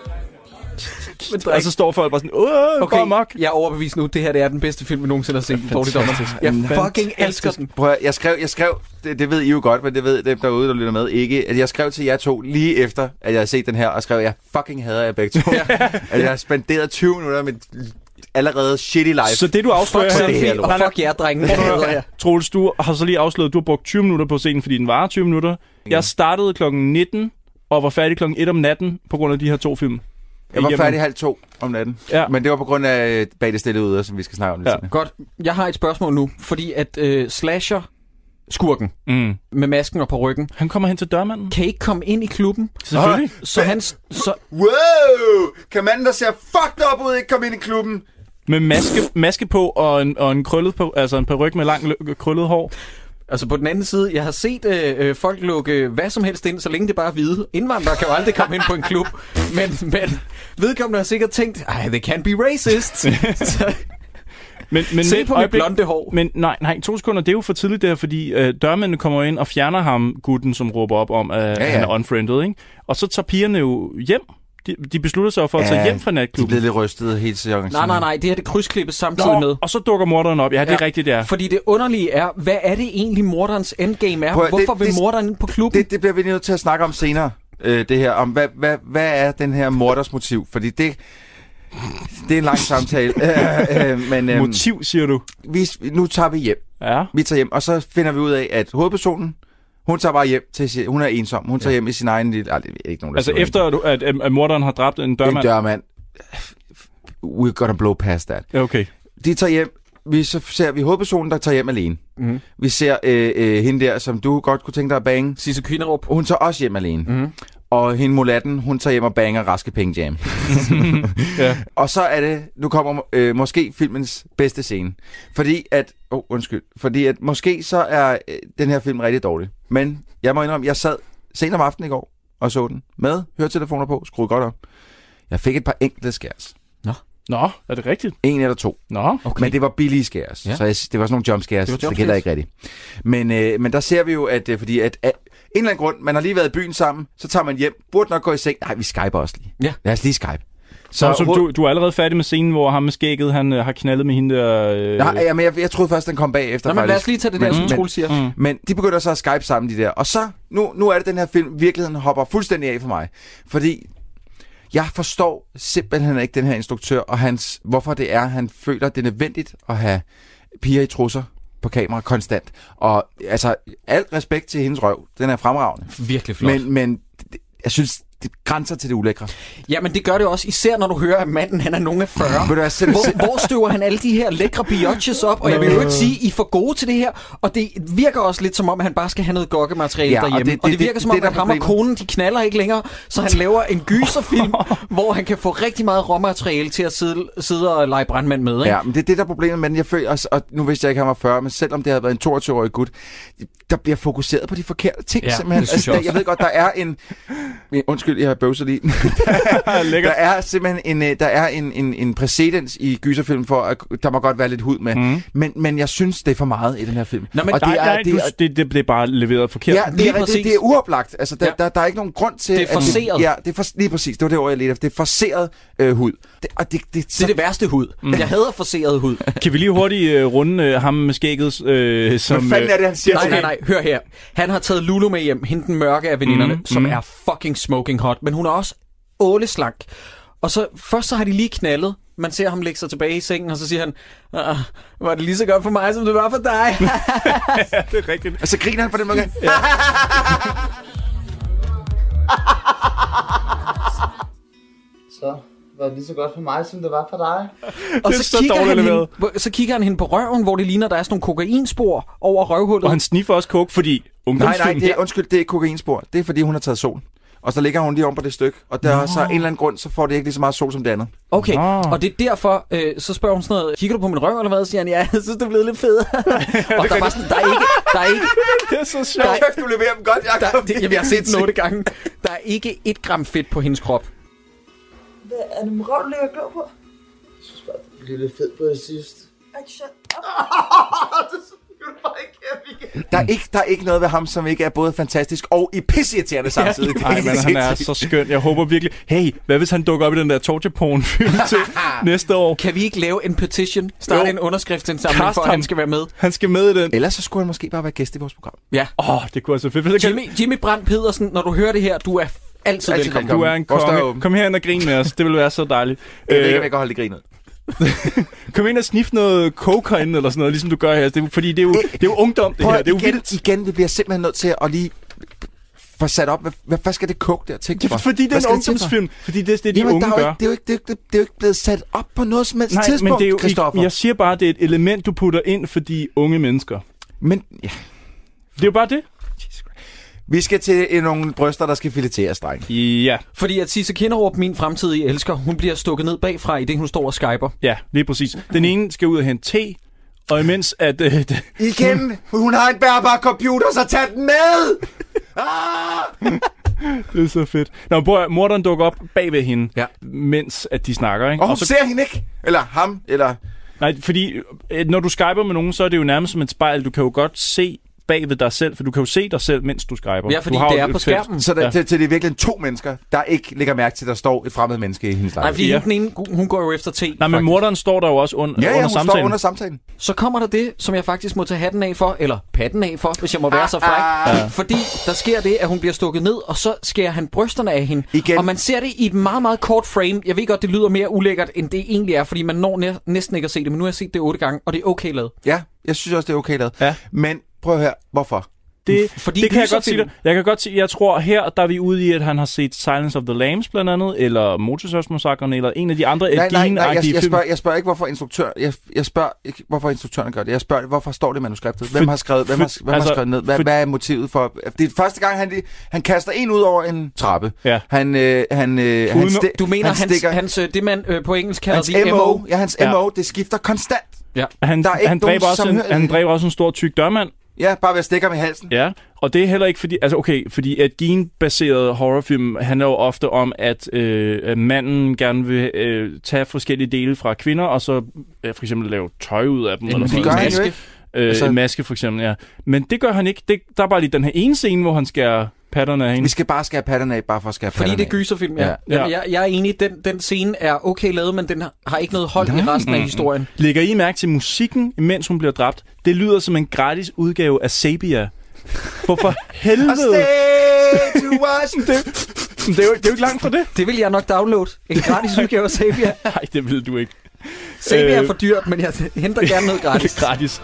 Og så står folk bare sådan, åh, okay, går amok. jeg er overbevist nu. Det her det er den bedste film, vi nogensinde har set. Dårlig dommer. Jeg fucking elsker den. Prøv at, jeg skrev, jeg skrev det, det ved I jo godt, men det ved dem derude, der lytter med, ikke. At jeg skrev til jer to lige efter, at jeg havde set den her, og skrev, at jeg fucking hader jer begge to. At jeg har spenderet tyve minutter med allerede shitty life. Så det du afslører fuck her... Selfie, og fuck jer, drenge. Troels, du har så lige afsløret, at du har brugt tyve minutter på scenen, fordi den varer tyve minutter. Jeg startede klokken nitten, og var færdig klokken et om natten, på grund af de her to film. Jeg var færdig halv to om natten. Ja. Men det var på grund af Bag det stille ude, som vi skal snakke om lidt. Ja. Godt. Jeg har et spørgsmål nu, fordi at øh, Slasher, skurken, mm. med masken og på ryggen, han kommer hen til dørmanden. Kan ikke komme ind i klubben? Selvfølgelig. Så han... Så... Wow! Kan manden, der ser fucked up ud, ikke komme ind i klubben? Med maske, maske på og en, og en krøllet på, altså en paryk med lang krøllet hår. Altså på den anden side, jeg har set øh, folk lukke hvad som helst ind, så længe det bare er hvide. Indvandrere kan jo aldrig komme ind på en klub. Men, men vedkommende har sikkert tænkt, ej, they can't be racist. så, men, men se på mit blonde hår. Men nej, nej, to sekunder, det er jo for tidligt der, fordi øh, dørmændene kommer ind og fjerner ham, gutten, som råber op om, at ja, ja. han er unfriended, ikke? Og så tager pigerne jo hjem. De, de beslutter sig for at tage ja, hjem fra natklubben. De bliver lidt rystet helt sikkert. Nej, nej, nej. Det her det krydsklippes samtidig Nå, med. Og så dukker morderen op. Ja, det er ja, rigtigt, det er. Fordi det underlige er, hvad er det egentlig morderens endgame er? Prøv, Hvorfor det, vil det, morderen ind på klubben? Det, det bliver vi nødt til at snakke om senere. Øh, det her, om hvad, hvad, hvad er den her morders motiv? Fordi det, det er en lang samtale. øh, øh, men, øh, motiv, siger du? Vi, nu tager vi hjem. Ja. Vi tager hjem, og så finder vi ud af, at hovedpersonen, hun tager bare hjem til, hun er ensom. Hun tager ja. hjem i sin egen lille... Ej, det er ikke nogen, der altså efter, at, at, at, at morderen har dræbt en dørmand? En dørmand. We're gonna blow past that. Okay. De tager hjem. Vi så ser vi hovedpersonen, der tager hjem alene. Mm-hmm. Vi ser øh, øh, hende der, som du godt kunne tænke dig at bange. Sisse Kvinderup. Hun tager også hjem alene. Mm-hmm. Og hende mulatten, hun tager hjem og banger Raske Penge Jam. ja. Og så er det, nu kommer øh, måske filmens bedste scene. Fordi at, åh oh, undskyld, fordi at måske så er øh, den her film rigtig dårlig. Men jeg må indrømme, jeg sad sent om aftenen i går og så den med høretelefoner på, skruede godt op. Jeg fik et par enkelte skærs. Nå. Nå, er det rigtigt? En eller to. Nå, okay. Men det var billige skærs. Ja. Så jeg, det var sådan nogle jump skærs, det, det gælder ikke rigtigt. Men, øh, men der ser vi jo, at øh, fordi at, at en eller anden grund, man har lige været i byen sammen, så tager man hjem, burde nok gå i seng. Nej, vi skyper også lige. Ja. Lad os lige skype. Så, så du, du er allerede færdig med scenen, hvor ham med skægget, han øh, har knaldet med hende der... Øh... Nej, ja, men jeg, jeg troede først, den kom bagefter. Nå, men lad os lige tage det der, som Troels siger. Mm. Men de begynder så at skype sammen, de der. Og så, nu, nu er det den her film, virkeligheden hopper fuldstændig af for mig. Fordi Jeg forstår simpelthen ikke den her instruktør, og hans, hvorfor det er, han føler, det er nødvendigt at have piger i trusser på kamera konstant. Og altså, alt respekt til hendes røv. Den er fremragende. Virkelig flot. Men, men jeg synes, det grænser til det ulækre. Ja, men det gør det også, især når du hører, at manden han er nogen af fyrre. Ved du hvad, selv, hvor, hvor støver han alle de her lækre biotches op? Og jeg vil jo ikke sige, I er for gode til det her. Og det virker også lidt som om, han bare skal have noget gokkemateriale ja, derhjemme. Og det, det, og det virker det, som om, det, at ham og konen, de knaller ikke længere. Så han laver en gyserfilm, hvor han kan få rigtig meget råmateriale til at sidde, sidde og lege brandmand med. Ikke? Ja, men det er det, der er problemet. Men jeg føler også, og nu vidste jeg ikke, at han var fyrre, men selvom det havde været en toogtyve-årig gut, der bliver fokuseret på de forkerte ting. Ja, simpelthen. Altså, jeg, jeg ved godt, der er en... Undskyld, jeg har bøvset lige. der er simpelthen en, der er en, en, en præcedens i gyserfilm for, at der må godt være lidt hud med. Mm. Men, men jeg synes, det er for meget i den her film. Nå, men og det, er, det, er, det, det bliver bare leveret forkert. Ja, det er, det, det er uoplagt. Altså, der, ja. der, der er ikke nogen grund til... Det er forseret. At, ja, det er for, lige præcis. Det var det ord, jeg ledte efter. Det er forseret øh, hud. Det, og det, det, det er det værste hud. Mm. Jeg hader forseret hud. Kan vi lige hurtigt uh, runde uh, ham med skægget? Uh, som, Hvad fanden er det, han siger? Nej, nej, nej. Hør her. Han har taget Lulu med hjem, hende den mørke af veninderne, mm. som mm. er fucking smoking hot. Men hun er også åleslank. Og så først så har de lige knaldet. Man ser ham lægge sig tilbage i sengen, og så siger han, var det lige så godt for mig, som det var for dig? Ja, det er rigtigt. Og så griner han på den måde. Ja. Så var det lige så godt for mig, som det var for dig. Og så, så, kigger han hende, så kigger han hende på røven, hvor det ligner, der er sådan nogle kokainspor over røvhullet. Og han sniffer også coke, fordi ungdomsfilm... Nej, nej, det er, undskyld, det er kokainspor. Det er, fordi hun har taget sol. Og så ligger hun lige om på det stykke, og der er så en eller anden grund, så får det ikke lige så meget sol som det andet. Okay, Nå. Og det er derfor, øh, så spørger hun sådan noget, kigger du på min røv eller hvad? Så siger han, ja, jeg synes, det er blevet lidt fedt. Og der er bare sådan, der er ikke... Der er ikke det er så sjovt. Der, kæft, du leverer dem godt, Jacob. Der, det, jamen, jeg har set den otte gange. Der er ikke et gram fedt på hendes krop. Hvad er det med røv, du ligger glå på? Jeg synes bare, det bliver lidt fedt på det sidste. Action. Der er, ikke, der er ikke noget ved ham, som ikke er både fantastisk og i pisseirriterende samtidig. Nej, men han er så skøn. Jeg håber virkelig... Hey, hvad hvis han dukker op i den der torture porn film til næste år? Kan vi ikke lave en petition? Starte jo. en underskriftsindsamling for, at han skal være med? Han skal med i den. Ellers så skulle han måske bare være gæst i vores program. Ja. Åh, oh, det kunne være så fedt. Jimmy, Jimmy Brandt Pedersen, når du hører det her, du er altid, altid velkommen. Du er en konge. Kom her og grin med os. Det vil være så dejligt. Jeg ved ikke, om jeg kan holde det grinet. Kom ind og snif noget coke herinde, eller sådan noget, ligesom du gør her. Det er, fordi det er jo, det er jo ungdom, det her. Det er jo igen, vildt. Igen, vi bliver simpelthen nødt til at lige få sat op. Hvad, hvad skal det coke der tænke for? Ja, fordi det er en ungdomsfilm. Fordi det er det, de Jamen, unge der er gør. Ikke, det, er jo ikke, det, er jo ikke, det er jo ikke blevet sat op på noget som helst Nej, tidspunkt, men det er jo Christoffer. Jeg siger bare, det er et element, du putter ind for de unge mennesker. Men, ja. Det er jo bare det. Vi skal til nogle bryster, der skal fileteres, dreng. Ja. Fordi at Sisse Kinderup, min fremtidige elsker, hun bliver stukket ned bagfra, i det hun står og skyper. Ja, lige præcis. Den ene skal ud og hente te, og imens at... Øh, det... Igen! Hun har en bærbar computer, så tag den med! Ah! Det er så fedt. Nå, bror, morderen dukker op bag ved hende, ja. mens at de snakker, ikke? Og hun og så... ser hende ikke? Eller ham? Eller... Nej, fordi når du skyper med nogen, så er det jo nærmest som et spejl. Du kan jo godt se bag ved dig selv, for du kan jo se dig selv, mens du skyper. Ja, fordi det er på skærmen. Så der, ja. til, til det er virkelig to mennesker, der ikke lægger mærke til, at der står et fremmed menneske i hendes lejlighed. Nej, fordi ja. den ene, hun går jo efter te. Nej, men morderen står der jo også un- ja, ja, under hun samtalen. Står under samtalen. Så kommer der det, som jeg faktisk må tage hatten af for, eller patten af for, hvis jeg må være ah, så fræk. Ah. Fordi der sker det, at hun bliver stukket ned, og så skærer han brysterne af hende. Igen. Og man ser det i et meget, meget kort frame. Jeg ved godt, det lyder mere ulækkert, end det egentlig er, fordi man når næ- næsten ikke at se det, men nu har jeg set det otte gange, og det er okay lavet. Ja, jeg synes også, det er okay lavet. Ja. Men prøv at høre, hvorfor? Det, Fordi det kan jeg godt sige det. Jeg kan godt sige, jeg tror her, der er vi ude i, at han har set Silence of the Lambs blandt andet, eller Motorsavsmassakren, eller en af de andre nej, nej, nej, jeg, jeg, film. spørger, jeg spørger ikke, hvorfor instruktør, jeg, jeg spørger ikke, hvorfor instruktøren gør det. Jeg spørger, hvorfor står det i manuskriptet? Hvem har skrevet, hvem har, hvem altså, har skrevet ned? Hvad, for, hvad er motivet for? Det er første gang, han, han kaster en ud over en trappe. Ja. Han, øh, han, øh, han sti- du mener, han hans, stikker, hans, hans, det man øh, på engelsk kalder hans de M O? Ja, hans ja. M O, det skifter konstant. Ja. Han, han, dræber også en, han dræber også en stor tyk dørmand. Ja, bare ved at stikke ham i halsen. Ja, og det er heller ikke fordi... Altså okay, fordi at genbaseret horrorfilm handler jo ofte om, at øh, manden gerne vil øh, tage forskellige dele fra kvinder, og så øh, for eksempel lave tøj ud af dem. Ja, eller det gør han jo ikke. Øh, altså... En maske for eksempel, ja. Men det gør han ikke. Det, der er bare lige den her ene scene, hvor han skærer patterne af hende. Vi skal bare skære patterne af, bare for at skære patterne af. Fordi det er gyserfilm, ja. ja. Jamen, jeg, jeg er enig, den, den scene er okay lavet, men den har ikke noget hold Nej. i resten af historien. Lægger I mærke til musikken, mens hun bliver dræbt? Det lyder som en gratis udgave af Sabia. Hvorfor helvede? Stay to watch. det, Det er, jo, det er jo ikke langt fra det. Det vil jeg nok downloade. En gratis udgave af Sabia. Nej, det vil du ikke. Sabia er for dyrt, men jeg henter gerne noget gratis. gratis.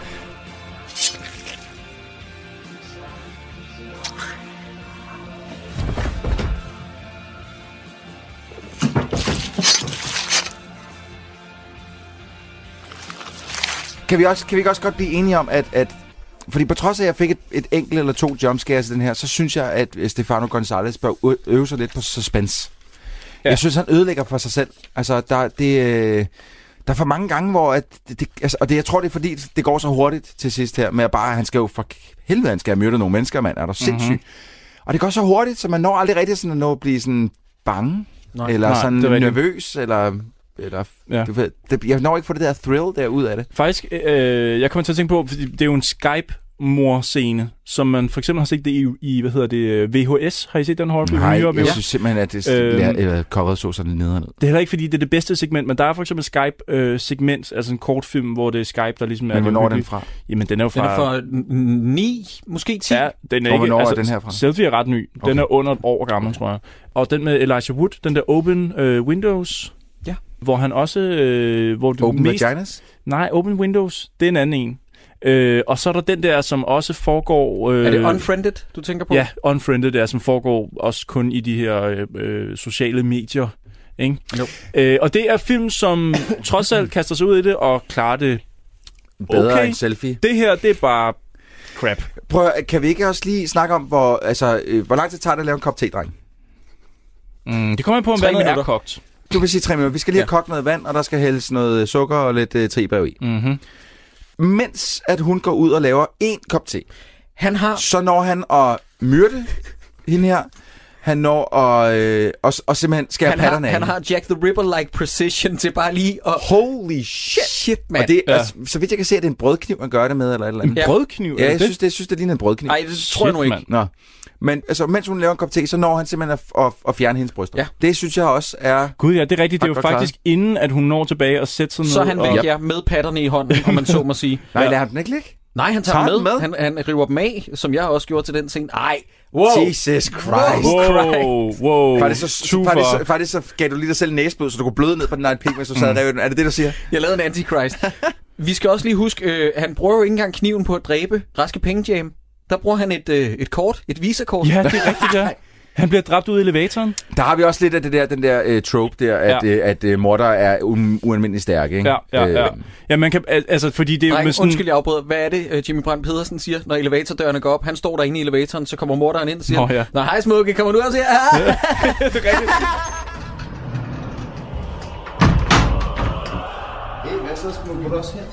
Kan vi, også, kan vi ikke også godt blive enige om, at, at fordi på trods af, at jeg fik et, et enkelt eller to jumpscares i den her, så synes jeg, at Stefano González bør øve sig lidt på suspense. Ja. Jeg synes, han ødelægger for sig selv. Altså, der, det, øh, der er for mange gange, hvor... At det, det, altså, og det, jeg tror, det er fordi, det går så hurtigt til sidst her, med at bare, han skal jo for helvede, han skal have myrdet nogle mennesker, mand. Er der sindssygt? Mm-hmm. Og det går så hurtigt, så man når aldrig rigtig sådan at nå at blive sådan bange, Nej. eller Nej, sådan nervøs, eller... Eller, ja. du ved, det, jeg når ikke få det der thrill der ud af det. Faktisk, øh, jeg kommer til at tænke på, fordi det er jo en Skype-mor-scene, som man for eksempel har set det i, i hvad hedder det, V H S. Har I set den horrorfilm? Nej, jeg ja. synes simpelthen, at det øh, coveret så sådan ned og ned. Det er heller ikke, fordi det er det bedste segment, men der er for eksempel Skype-segment, øh, altså en kortfilm, hvor det er Skype, der ligesom er... Men hvornår er den fra? Jamen, den er jo fra... Den er fra ni, måske ti. Ja, den er ikke... Hvornår altså, er den her fra? Selfie er ret ny. Den okay. er under et år gammel, tror jeg. Og den med Elijah Wood, den der Open øh, Windows... Ja. Hvor han også... Øh, hvor Open mest... Vaginas? Nej, Open Windows. Det er en anden en. Øh, og så er der den der, som også foregår... Øh, er det Unfriended, du tænker på? Ja, Unfriended der, som foregår også kun i de her øh, øh, sociale medier. Ikke? Øh, og det er film, som trods alt kaster sig ud i det og klarer det bedre okay. end Selfie. Det her, det er bare crap. Prøv, kan vi ikke også lige snakke om, hvor, altså, øh, hvor lang tid tager det at lave en kop te, dreng? Mm, det kommer på, om vandet er kogt. Du vil sige tre minutter. Vi skal lige have ja. kogt noget vand, og der skal hældes noget sukker og lidt uh, trebær i. Mm-hmm. Mens at hun går ud og laver en kop te, han har... så når han at myrde hende her. Han når at øh, og, og simpelthen skære patterne af. Han har Jack the Ripper-like precision til bare lige at... Holy shit! Shit, man. Og det, ja. altså, så vidt jeg kan se, at det er en brødkniv, man gør det med, eller et eller andet. En brødkniv? Ja, jeg det? synes, det, jeg synes, det ligner en brødkniv. Nej, det tror Shit, jeg nu ikke. Nå. Men altså, mens hun laver en kop te, så når han simpelthen at, at, at fjerne hendes bryster. Ja. Det synes jeg også er... Gud ja, det er rigtigt. Det er jo faktisk klar. Inden, at hun når tilbage og sætter sig ned. Så han væk, og... ja, med patterne i hånden, om man så må sige. Nej, ja. lader han den ikke ligge? Nej, han tager, tager med. med. Han, han river dem af, som jeg også gjorde til den scene. Ej, wow. Jesus Christ. Wow, wow. Faktisk så, faktisk, så, faktisk så gav du lige dig selv næsblod, så du kunne bløde ned på den egen pik, hvis du sad og rev den. Er det det, du siger? Jeg lavede en antichrist. Vi skal også lige huske, øh, han bruger jo ikke engang kniven på at dræbe Raske Pengejam. Der bruger han et, øh, et kort, et visakort. Ja, det er rigtigt, ja. Han bliver dræbt ud i elevatoren. Der har vi også lidt af det der, den der uh, trope der, at, ja. uh, at uh, morder er un- ualmindeligt stærke, ikke? Ja, ja, ja. Uh, ja, man kan, altså, fordi det er jo med sådan... Undskyld, jeg afbryder. Hvad er det, uh, Jimmy Brandt Pedersen siger, når elevatordørene går op? Han står derinde i elevatoren, så kommer morderen ind og siger, Nå, ja. Nå, hej Smukke, kommer du ud og siger, ah! Ja. Det er rigtigt. Hey, hvad så, Smukke? Du også her?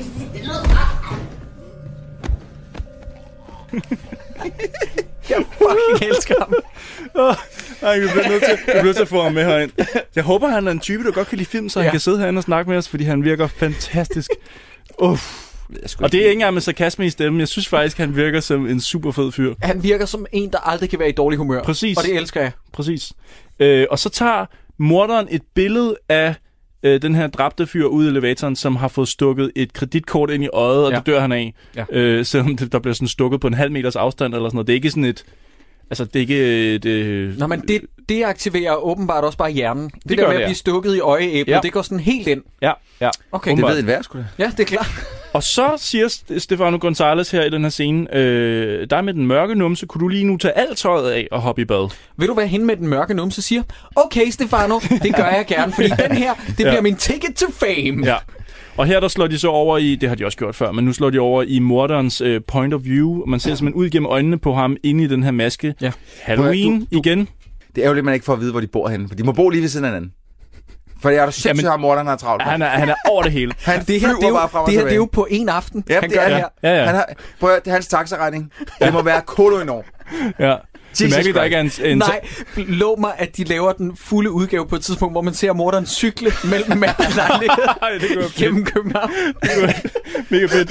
Jeg fucking elsker ham. Oh, ej, vi bliver nødt til, vi bliver nødt til at få ham med herind. Jeg håber, han er en type, der godt kan lide film, så ja. han kan sidde herinde og snakke med os, fordi han virker fantastisk. Uff. Og det er ikke engang med sarkasme i stemmen. Jeg synes faktisk, han virker som en super fed fyr. Han virker som en, der aldrig kan være i dårlig humør. Præcis. Og det elsker jeg. Præcis. Øh, og så tager morderen et billede af øh, den her dræbte fyr ude i elevatoren, som har fået stukket et kreditkort ind i øjet, og ja. det dør han af. Ja. Øh, selvom det, der bliver sådan stukket på en halv meters afstand eller sådan noget. Det er ikke sådan et... Altså, det er ikke... Det... Nå, men det deaktiverer åbenbart også bare hjernen. Det, det der med det, ja. at blive stukket i øjeæblet, ja. det går sådan helt ind. Ja, ja. Okay. Det ved et hver, sgu da. Ja, det er klart. Og så siger Stefano González her i den her scene, øh, dig med den mørke numse, kunne du lige nu tage alt tøjet af og hoppe i bad? Ved du, hvad hende med den mørke numse siger? Okay, Stefano, det gør jeg gerne, fordi den her, det ja. bliver min ticket to fame. Ja. Og her der slår de så over i, det har de også gjort før, men nu slår de over i morderens øh, point of view. Man ser ja. simpelthen ud gennem øjnene på ham inde i den her maske. Ja. Halloween du, du, igen. Det er jo lidt, man ikke får at vide, hvor de bor henne, for de må bo lige ved siden af hinanden. For jeg er da sindssygt, at morderen har travlt. Han er, han er over det hele. Han det her, det er jo, bare frem og det her, det er jo på en aften. Ja, han det gør er det her. Ja, ja. Han har, prøv at, det er hans taxaregning. Ja. Det må være kolo enormt. Ja. Det er mærkeligt, der ikke er en, en... Nej, lov mig, at de laver den fulde udgave på et tidspunkt, hvor man ser morderen cykle mellem mærkelejligheder gennem København. Det kunne være mega fedt.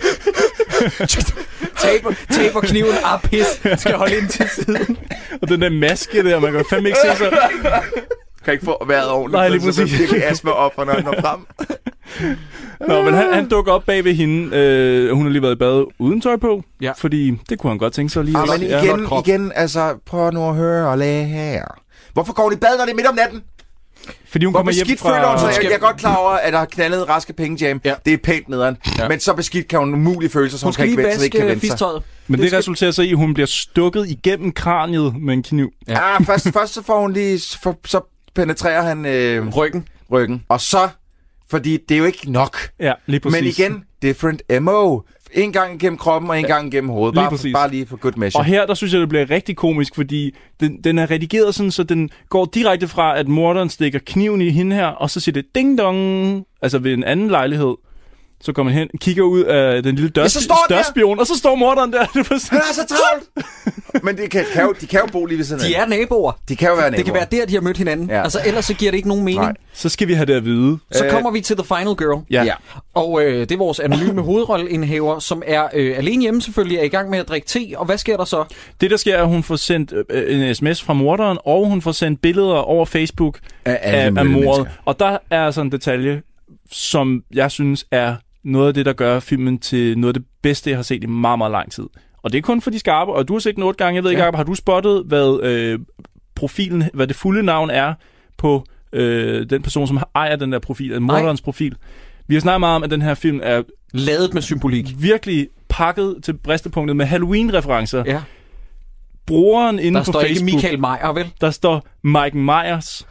taber, taber kniven af pis, skal holde ind til siden. Og den der maske der, man kan fandme ikke se sig. Kan ikke få vejret ordentligt. Nej, lige præcis. Så virkelig astma op, når han når frem. Nå, men han, han dukker op bag ved hende. Øh, hun har lige været i bad uden tøj på. Ja. Fordi det kunne han godt tænke sig lige. Ah, men igen, ja. igen, altså, prøv nu at høre og lade her. Hvorfor går hun i bad, når det er midt om natten? Fordi hun Hvor kommer hjem beskidt fra... føler hun sig? Jeg, jeg er godt klar over, at der har knaldet raske pengejam. Ja. Det er pænt nederen. Ja. Men så beskidt kan hun umuligt føle sig, så hun, hun kan ikke vente, så ikke kan vente sig. Men det, det resulterer så i, at hun bliver stukket igennem kraniet med en kniv. Ja, ah, først, først så får hun lige... For, så penetrerer han... Øh, ryggen. Ryggen. Og så... Fordi det er jo ikke nok. Ja, lige præcis. Men igen, different M O. En gang gennem kroppen, og en ja. gang gennem hovedet. Bare, lige bare lige for good measure. Og her, der synes jeg, det bliver rigtig komisk, fordi den, den er redigeret sådan, så den går direkte fra, at morderen stikker kniven i hende her, og så siger det ding-dong, altså ved en anden lejlighed. Så kommer man hen, kigger ud af den lille dørspion, ja, og så står morderen der. Han er så travlt! Men de kan, kan jo, de kan jo bo lige ved siden af. De er naboer. De kan jo være naboer. Det kan være der, de har mødt hinanden. Ja. Altså, ellers så giver det ikke nogen mening. Nej. Så skal vi have det at vide. Så øh... kommer vi til The Final Girl. Ja. ja. Og øh, det er vores anonyme hovedrolleindhæver, som er øh, alene hjemme selvfølgelig, er i gang med at drikke te. Og hvad sker der så? Det, der sker, er, at hun får sendt øh, en sms fra morderen, og hun får sendt billeder over Facebook af, af, af mordet. Og der er sådan en detalje, som jeg synes er noget af det, der gør filmen til noget af det bedste, jeg har set i meget, meget lang tid. Og det er kun for de skarpe, og du har set den otte gange. Jeg ved ikke, ja. Har du spottet, hvad øh, profilen, hvad det fulde navn er på øh, den person, som ejer den der profil, morderens profil? Vi har snakket meget om, at den her film er ladet med symbolik. Virkelig pakket til bristepunktet med Halloween-referencer. Ja. Brugeren inde der på Facebook. Der står ikke Michael Meyer, vel? Der står Maiken Myers.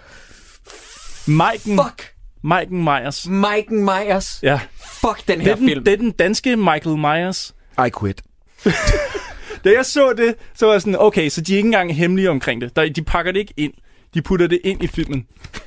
Maiken. Fuck! Maiken Myers. Maiken Myers. Ja. Fuck den her det er den, film. Det er den danske Michael Myers. I quit. Da jeg så det, så var jeg sådan, okay, så de er ikke engang hemmelige omkring det. Der, de pakker det ikke ind. De putter det ind i filmen.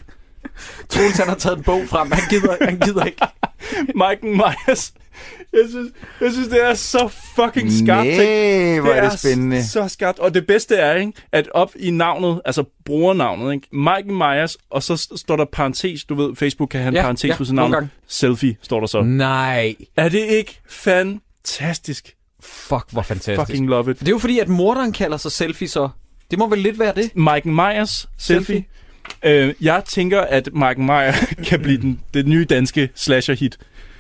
Troels, han har taget en bog frem. Han gider, han gider ikke. Maiken Myers. Jeg synes, jeg synes, det er så fucking skarpt. Nej, hvor er det spændende. Det er så skarpt. Og det bedste er, ikke, at op i navnet, altså brugernavnet, ikke, Maiken Myers, og så står der parentes, du ved, Facebook kan have en ja, parentes ja, på sin navn. Selfie står der så. Nej. Er det ikke fantastisk? Fuck, hvor fantastisk. Fucking love it. Det er jo fordi, at morderen kalder sig Selfie, så det må vel lidt være det. Maiken Myers, Selfie. selfie. Øh, jeg tænker, at Maiken Myers kan blive den, det nye danske slasher-hit.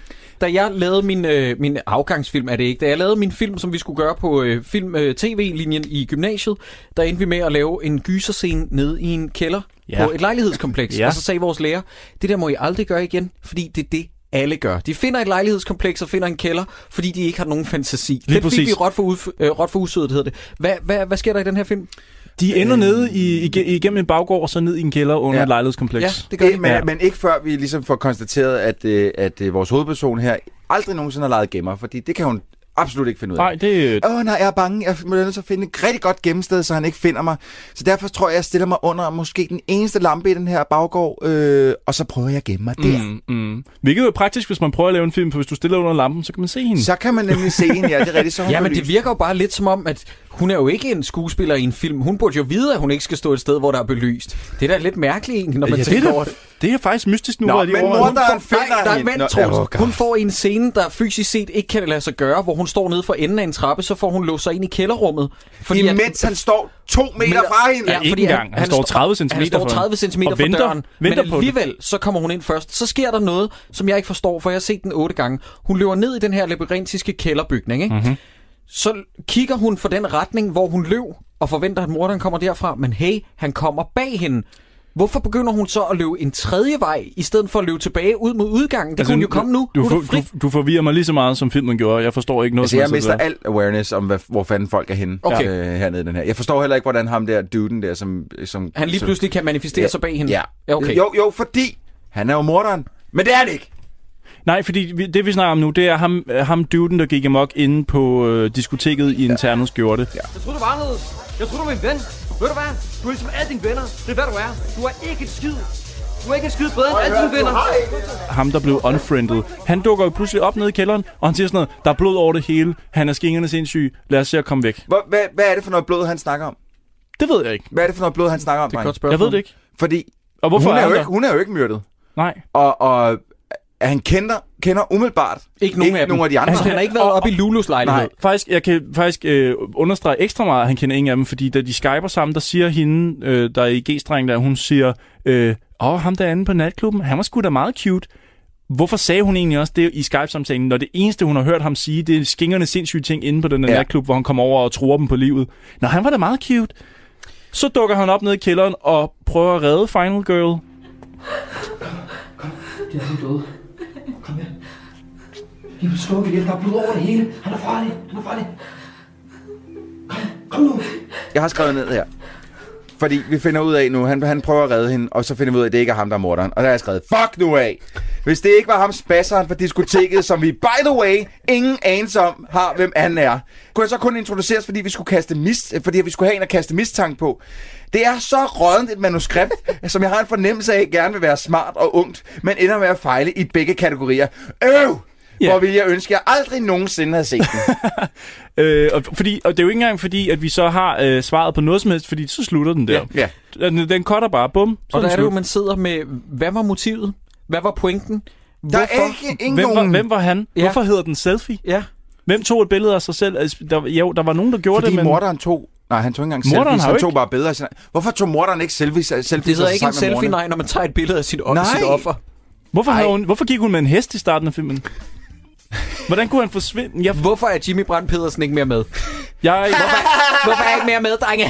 Da jeg lavede min, øh, min afgangsfilm, er det ikke, da jeg lavede min film, som vi skulle gøre på øh, film-tv-linjen øh, i gymnasiet, der endte vi med at lave en gyserscene nede i en kælder ja. på et lejlighedskompleks. Ja. Og så sagde vores lærer, det der må I aldrig gøre igen, fordi det er det, alle gør. De finder et lejlighedskompleks og finder en kælder, fordi de ikke har nogen fantasi. Lige det fik vi råt for, ud, øh, råt for usødet, hedder det. Hvad, hvad, hvad sker der i den her film? De ender øh, nede i, igennem en baggård og så ned i en kælder under ja. et lejlighedskompleks. Ja, det gør det, men, ja. men ikke før vi ligesom får konstateret, at, at, at vores hovedperson her aldrig nogensinde har leget gemmer, fordi det kan hun absolut ikke finde ud af. Nej, det... Åh, nej, jeg er bange. Jeg må nødt til at finde et rigtig godt gemmested, så han ikke finder mig. Så derfor tror jeg, jeg stiller mig under måske den eneste lampe i den her baggård, øh, og så prøver jeg at gemme mig der. Mm, mm. Hvilket er praktisk, hvis man prøver at lave en film, for hvis du stiller under lampen, så kan man se hende. Så kan man nemlig se hende, ja, det er rigtigt. Så ja, men det virker jo bare lidt som om, at hun er jo ikke en skuespiller i en film. Hun burde jo vide, at hun ikke skal stå et sted, hvor der er belyst. Det er da lidt mærkeligt egentlig, når man ja, tænker det over det. Det er faktisk mystisk nu. Nå, men morderen finder hende. Vent, Troels. Hun får en scene, der fysisk set ikke kan lade sig gøre, hvor hun står nede for enden af en trappe, så får hun låst sig ind i kælderrummet. Fordi Imens at, han står to meter meter, fra hende. Ja, ja ikke engang. Han, han står tredive centimeter Han står tredive centimeter fra døren. Men alligevel, så kommer hun ind først. Så sker der noget, som jeg ikke forstår, for jeg har set den otte gange. Hun løber ned i den her labyrintiske kælderbygning, ikke? Mm-hmm. Så kigger hun for den retning, hvor hun løb, og forventer, at morderen kommer derfra. Men hey, han kommer bag hende. Hvorfor begynder hun så at løbe en tredje vej, i stedet for at løbe tilbage ud mod udgangen? Det altså, kunne jo komme nu. Du, nu for, du, du forvirrer mig lige så meget, som filmen gjorde. Jeg forstår ikke noget. Altså, jeg mister alt awareness om, hvad, hvor fanden folk er henne okay. øh, hernede den her. Jeg forstår heller ikke, hvordan ham der duden der, som... som han lige som, pludselig kan manifestere ja, sig bag hende. Ja. ja okay. Jo, jo, fordi han er jo morderen. Men det er det ikke. Nej, fordi vi, det vi snakker om nu, det er ham, ham duden, der gik amok inde på øh, diskoteket i en ja. ternet skjorte. Ja. Jeg troede, du var anderledes. Jeg troede, du var min ven. Ved du hvad? Du er ligesom alle dine venner. Det er hvad du er. Du er ikke et skid. Du er ikke et skid bedre end alle dine venner. Ham, der blev unfriended. Han dukker jo pludselig op nede i kælderen, og han siger sådan noget, der er blod over det hele. Han er skingerne sindssyg. Lad os se at komme væk. Hvor, hvad, hvad er det for noget blod, han snakker om? Det ved jeg ikke. Hvad er det for noget blod, han snakker om? Det er godt spørgsmål. Jeg ved det ikke. Fordi og hvorfor hun, er er jo ikke, hun er jo ikke myrdet. Nej. Og... og han kender, kender umiddelbart ikke nogen, ikke af, nogen af de andre. Han har ikke været oppe i Lulus lejlighed. Nej, faktisk, jeg kan faktisk øh, understrege ekstra meget, at han kender ingen af dem, fordi da de skyper sammen, der siger hende, øh, der er i G-streng, der hun siger, øh, åh, ham der inde på natklubben, han var sgu da meget cute. Hvorfor sagde hun egentlig også det i Skype-samtalen, når det eneste, hun har hørt ham sige, det er skingerne sindssyge ting inde på den ja. natklub, hvor han kommer over og tror dem på livet. Nå, han var da meget cute. Så dukker han op nede i kælderen og prøver at redde Final Girl. De er så døde. Kom her. De er slukket ihjel. Der er blod over det hele. Han er farlig. Han er farlig. Kom, kom nu. Jeg har skrevet ned her. Fordi vi finder ud af nu, han, han prøver at redde hende, og så finder vi ud af, at det ikke er ham, der er morderen. Og der har jeg skrevet, fuck nu af! Hvis det ikke var ham spasseren fra diskoteket, som vi, by the way, ingen anelse om har, hvem han er, kunne jeg så kun introduceres, fordi vi skulle, kaste mis, fordi vi skulle have en at kaste mistanke på. Det er så rådent et manuskript, som jeg har en fornemmelse af, gerne vil være smart og ungt, men ender med at fejle i begge kategorier. Øv! Yeah. Hvor vil jeg ønske, at jeg aldrig nogensinde havde set den. øh, og, fordi, og det er jo ikke engang fordi, at vi så har øh, svaret på noget som helst, fordi så slutter den der. Ja, ja. Den, den cutter bare, bum. Og der er det jo, man sidder med, hvad var motivet? Hvad var pointen? Hvorfor? Der er ikke ingen hvem, nogen... var, hvem var han? Ja. Hvorfor hedder den selfie? Ja. Hvem tog et billede af sig selv? Altså, der, jo, der var nogen, der gjorde fordi det, men... Fordi morderen tog... Nej, han tog ikke engang selfies, han tog bare billeder. Hvorfor tog morderen ikke selfies? selfies det hedder ikke en selfie, nej, når man tager et billede af sit, sit offer. Hvorfor, havde hun, hvorfor gik hun med en hest i starten af filmen? Hvordan kunne han forsvinde? Jeg... Hvorfor er Jimmy Brandt Pedersen ikke mere med? Jeg... Hvorfor, hvorfor er jeg ikke mere med, drenge?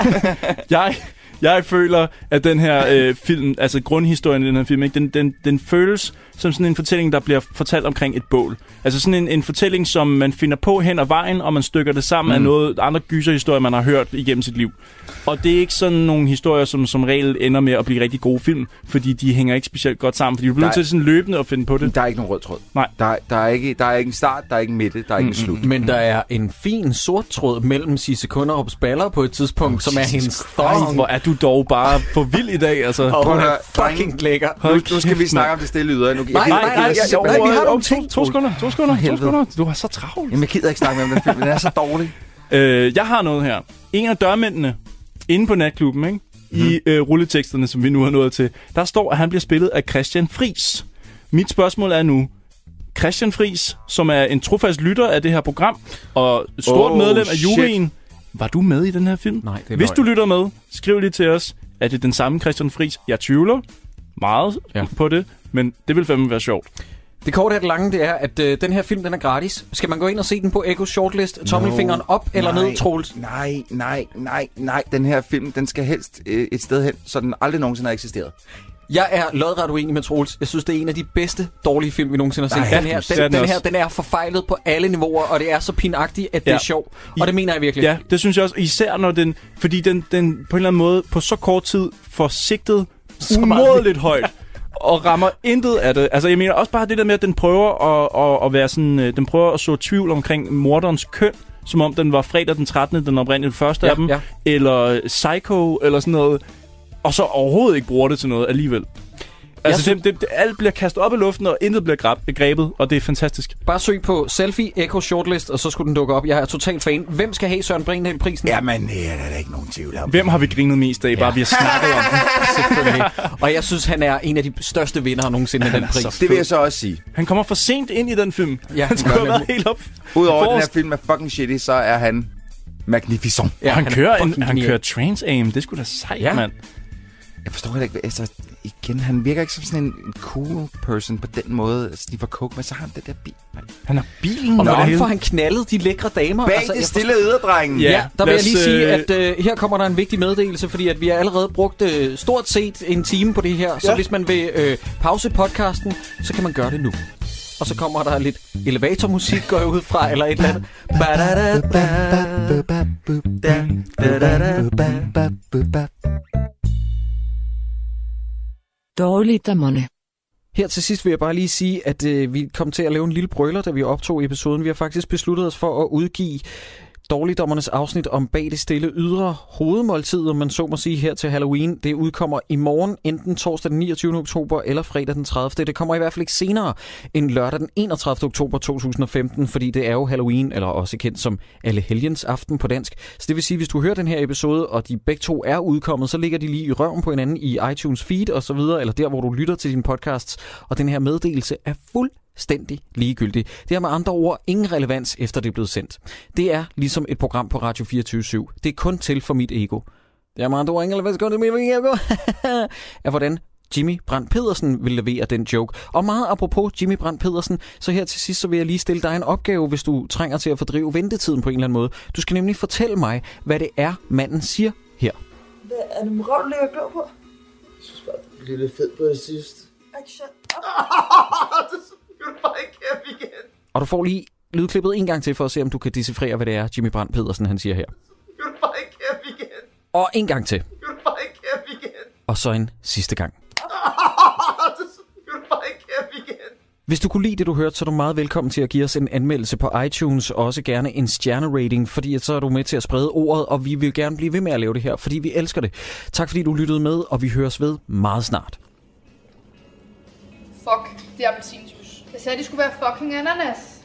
jeg... Jeg føler, at den her øh, film, altså grundhistorien i den her film, ikke, den, den, den føles som sådan en fortælling, der bliver fortalt omkring et bål. Altså sådan en, en fortælling, som man finder på hen ad vejen, og man stykker det sammen mm. af noget andre gyserhistorier, man har hørt igennem sit liv. Og det er ikke sådan nogle historier, som som regel ender med at blive rigtig gode film, fordi de hænger ikke specielt godt sammen, fordi du bliver nødt til sådan løbende at finde på det. Der er ikke nogen rød tråd. Nej. Der, der, er ikke, der er ikke en start, der er ikke en midte, der er ikke en slut. Men der er en fin sort tråd mellem Sisse Kunderups baller på et tidspunkt, oh, som er hendes thong. Hvor er du dog bare for vild i dag, altså. Og hun er fucking lækker. Nu, nu skal vi snakke om det stille ydre. Nu, nej, nej, nej, nej, nej, nej, vi har nogle ting. To sekunder, to sekunder, to sekunder. Du har så travlt. Jamen, jeg gider ikke snakke med om den film, den er så dårlig. Øh, jeg har noget her. En af dørmændene inde på natklubben, ikke? Mm. I øh, rulleteksterne, som vi nu har nået til, der står, at han bliver spillet af Christian Friis. Mit spørgsmål er nu, Christian Friis, som er en trofast lytter af det her program, og stort oh, medlem af juryen, var du med i den her film? Nej, det er Hvis løgn. du lytter med, skriv lige til os, er det den samme Christian Friis? Jeg tvivler meget ja. på det, men det vil fandme være sjovt. Det korte af det lange, det er, at øh, den her film, den er gratis. Skal man gå ind og se den på Echo Shortlist? Tommelfingeren op eller nej, ned, Troels? Nej, nej, nej, nej. Den her film, den skal helst øh, et sted hen, så den aldrig nogensinde har eksisteret. Jeg er lodret uenig med Troels. Jeg synes, det er en af de bedste dårlige film, vi nogensinde har set. Den her, den, den her, den er forfejlet på alle niveauer, og det er så pinagtigt, at det ja. er sjovt. Og det mener jeg virkelig. Ja, det synes jeg også. Især når den, fordi den, den på en eller anden måde på så kort tid får sigtet umådeligt højt. Og rammer intet af det. Altså, jeg mener også bare det der med, at den prøver at, at, at være sådan, den prøver at så tvivl omkring morderens køn, som om den var fredag den trettende, den oprindelige første ja, af dem, ja. eller Psycho, eller sådan noget, og så overhovedet ikke bruger det til noget alligevel. Altså, synes... det, det, alt bliver kastet op i luften, og intet bliver grab, grebet, og det er fantastisk. Bare søg på Selfie Echo Shortlist, og så skulle den dukke op. Jeg er totalt fan. Hvem skal have Søren Brindahl-prisen? Jamen, det er der ikke nogen tvivl om. Hvem har vi grinet mest af? Ja. Bare vi har snakket om den. Selvfølgelig. Og jeg synes, han er en af de største vindere nogensinde af den pris. Det vil jeg så også sige. Han kommer for sent ind i den film. Ja, han skulle have været helt op. Udover den her film er fucking shitty, så er han magnificent. Ja, han, han, kører en, han kører Trans Am. Det skulle da sejt, ja. mand. Jeg forstår heller ikke, altså igen, han virker ikke som sådan en, en cool person på den måde, sniffer coke, men så har han den der bil. Han har bilen. Og hvordan får han knaldet de lækre damer? Bag altså, det stille yderdrengen. Ja, ja, der vil jeg lige sige, at uh, her kommer der en vigtig meddelelse, fordi at vi har allerede brugt uh, stort set en time på det her, så ja. hvis man vil uh, pause podcasten, så kan man gøre det nu. Og så kommer der lidt elevatormusik, går jeg ud fra, eller et eller andet. Dårligdommerne. Her til sidst vil jeg bare lige sige, at øh, vi kom til at lave en lille brøler, da vi optog episoden. Vi har faktisk besluttet os for at udgive Dårligdommernes afsnit om Bag det stille ydre hovedmåltid, om man så må sige, her til Halloween. Det udkommer i morgen, enten torsdag den niogtyvende oktober eller fredag den tredivte Det kommer i hvert fald ikke senere end lørdag den enogtredivte oktober to tusind og femten, fordi det er jo Halloween, eller også kendt som Allehelgens aften på dansk. Så det vil sige, hvis du hører den her episode, og de begge to er udkommet, så ligger de lige i røven på hinanden i iTunes feed og så videre, eller der, hvor du lytter til dine podcasts. Og den her meddelelse er fuld stændig ligegyldig. Det har med andre ord ingen relevans, efter det er blevet sendt. Det er ligesom et program på Radio fireogtyve syv. Det er kun til for mit ego. Det har med andre ord ingen relevans, kun til mit ego. af hvordan Jimmy Brandt Pedersen vil levere den joke. Og meget apropos Jimmy Brandt Pedersen, så her til sidst så vil jeg lige stille dig en opgave, hvis du trænger til at fordrive ventetiden på en eller anden måde. Du skal nemlig fortælle mig, hvad det er, manden siger her. Hvad er det med røven, ligger glå på? Jeg synes bare, det bliver lidt fedt på det sidste. Action. Det er bare ikke kæft igen. Og du får lige lydklippet en gang til for at se, om du kan decifrere, hvad det er, Jimmy Brandt Pedersen han siger her. Det er bare ikke kæft igen. Og en gang til. Det er bare ikke kæft igen. Og så en sidste gang. Det er bare ikke kæft igen. Hvis du kunne lide det, du hørte, så er du meget velkommen til at give os en anmeldelse på iTunes, og også gerne en stjernerating, fordi så er du med til at sprede ordet, og vi vil gerne blive ved med at lave det her, fordi vi elsker det. Tak fordi du lyttede med, og vi høres ved meget snart. Fuck, det er appelsinjuice. Jeg sagde, de skulle være fucking ananas.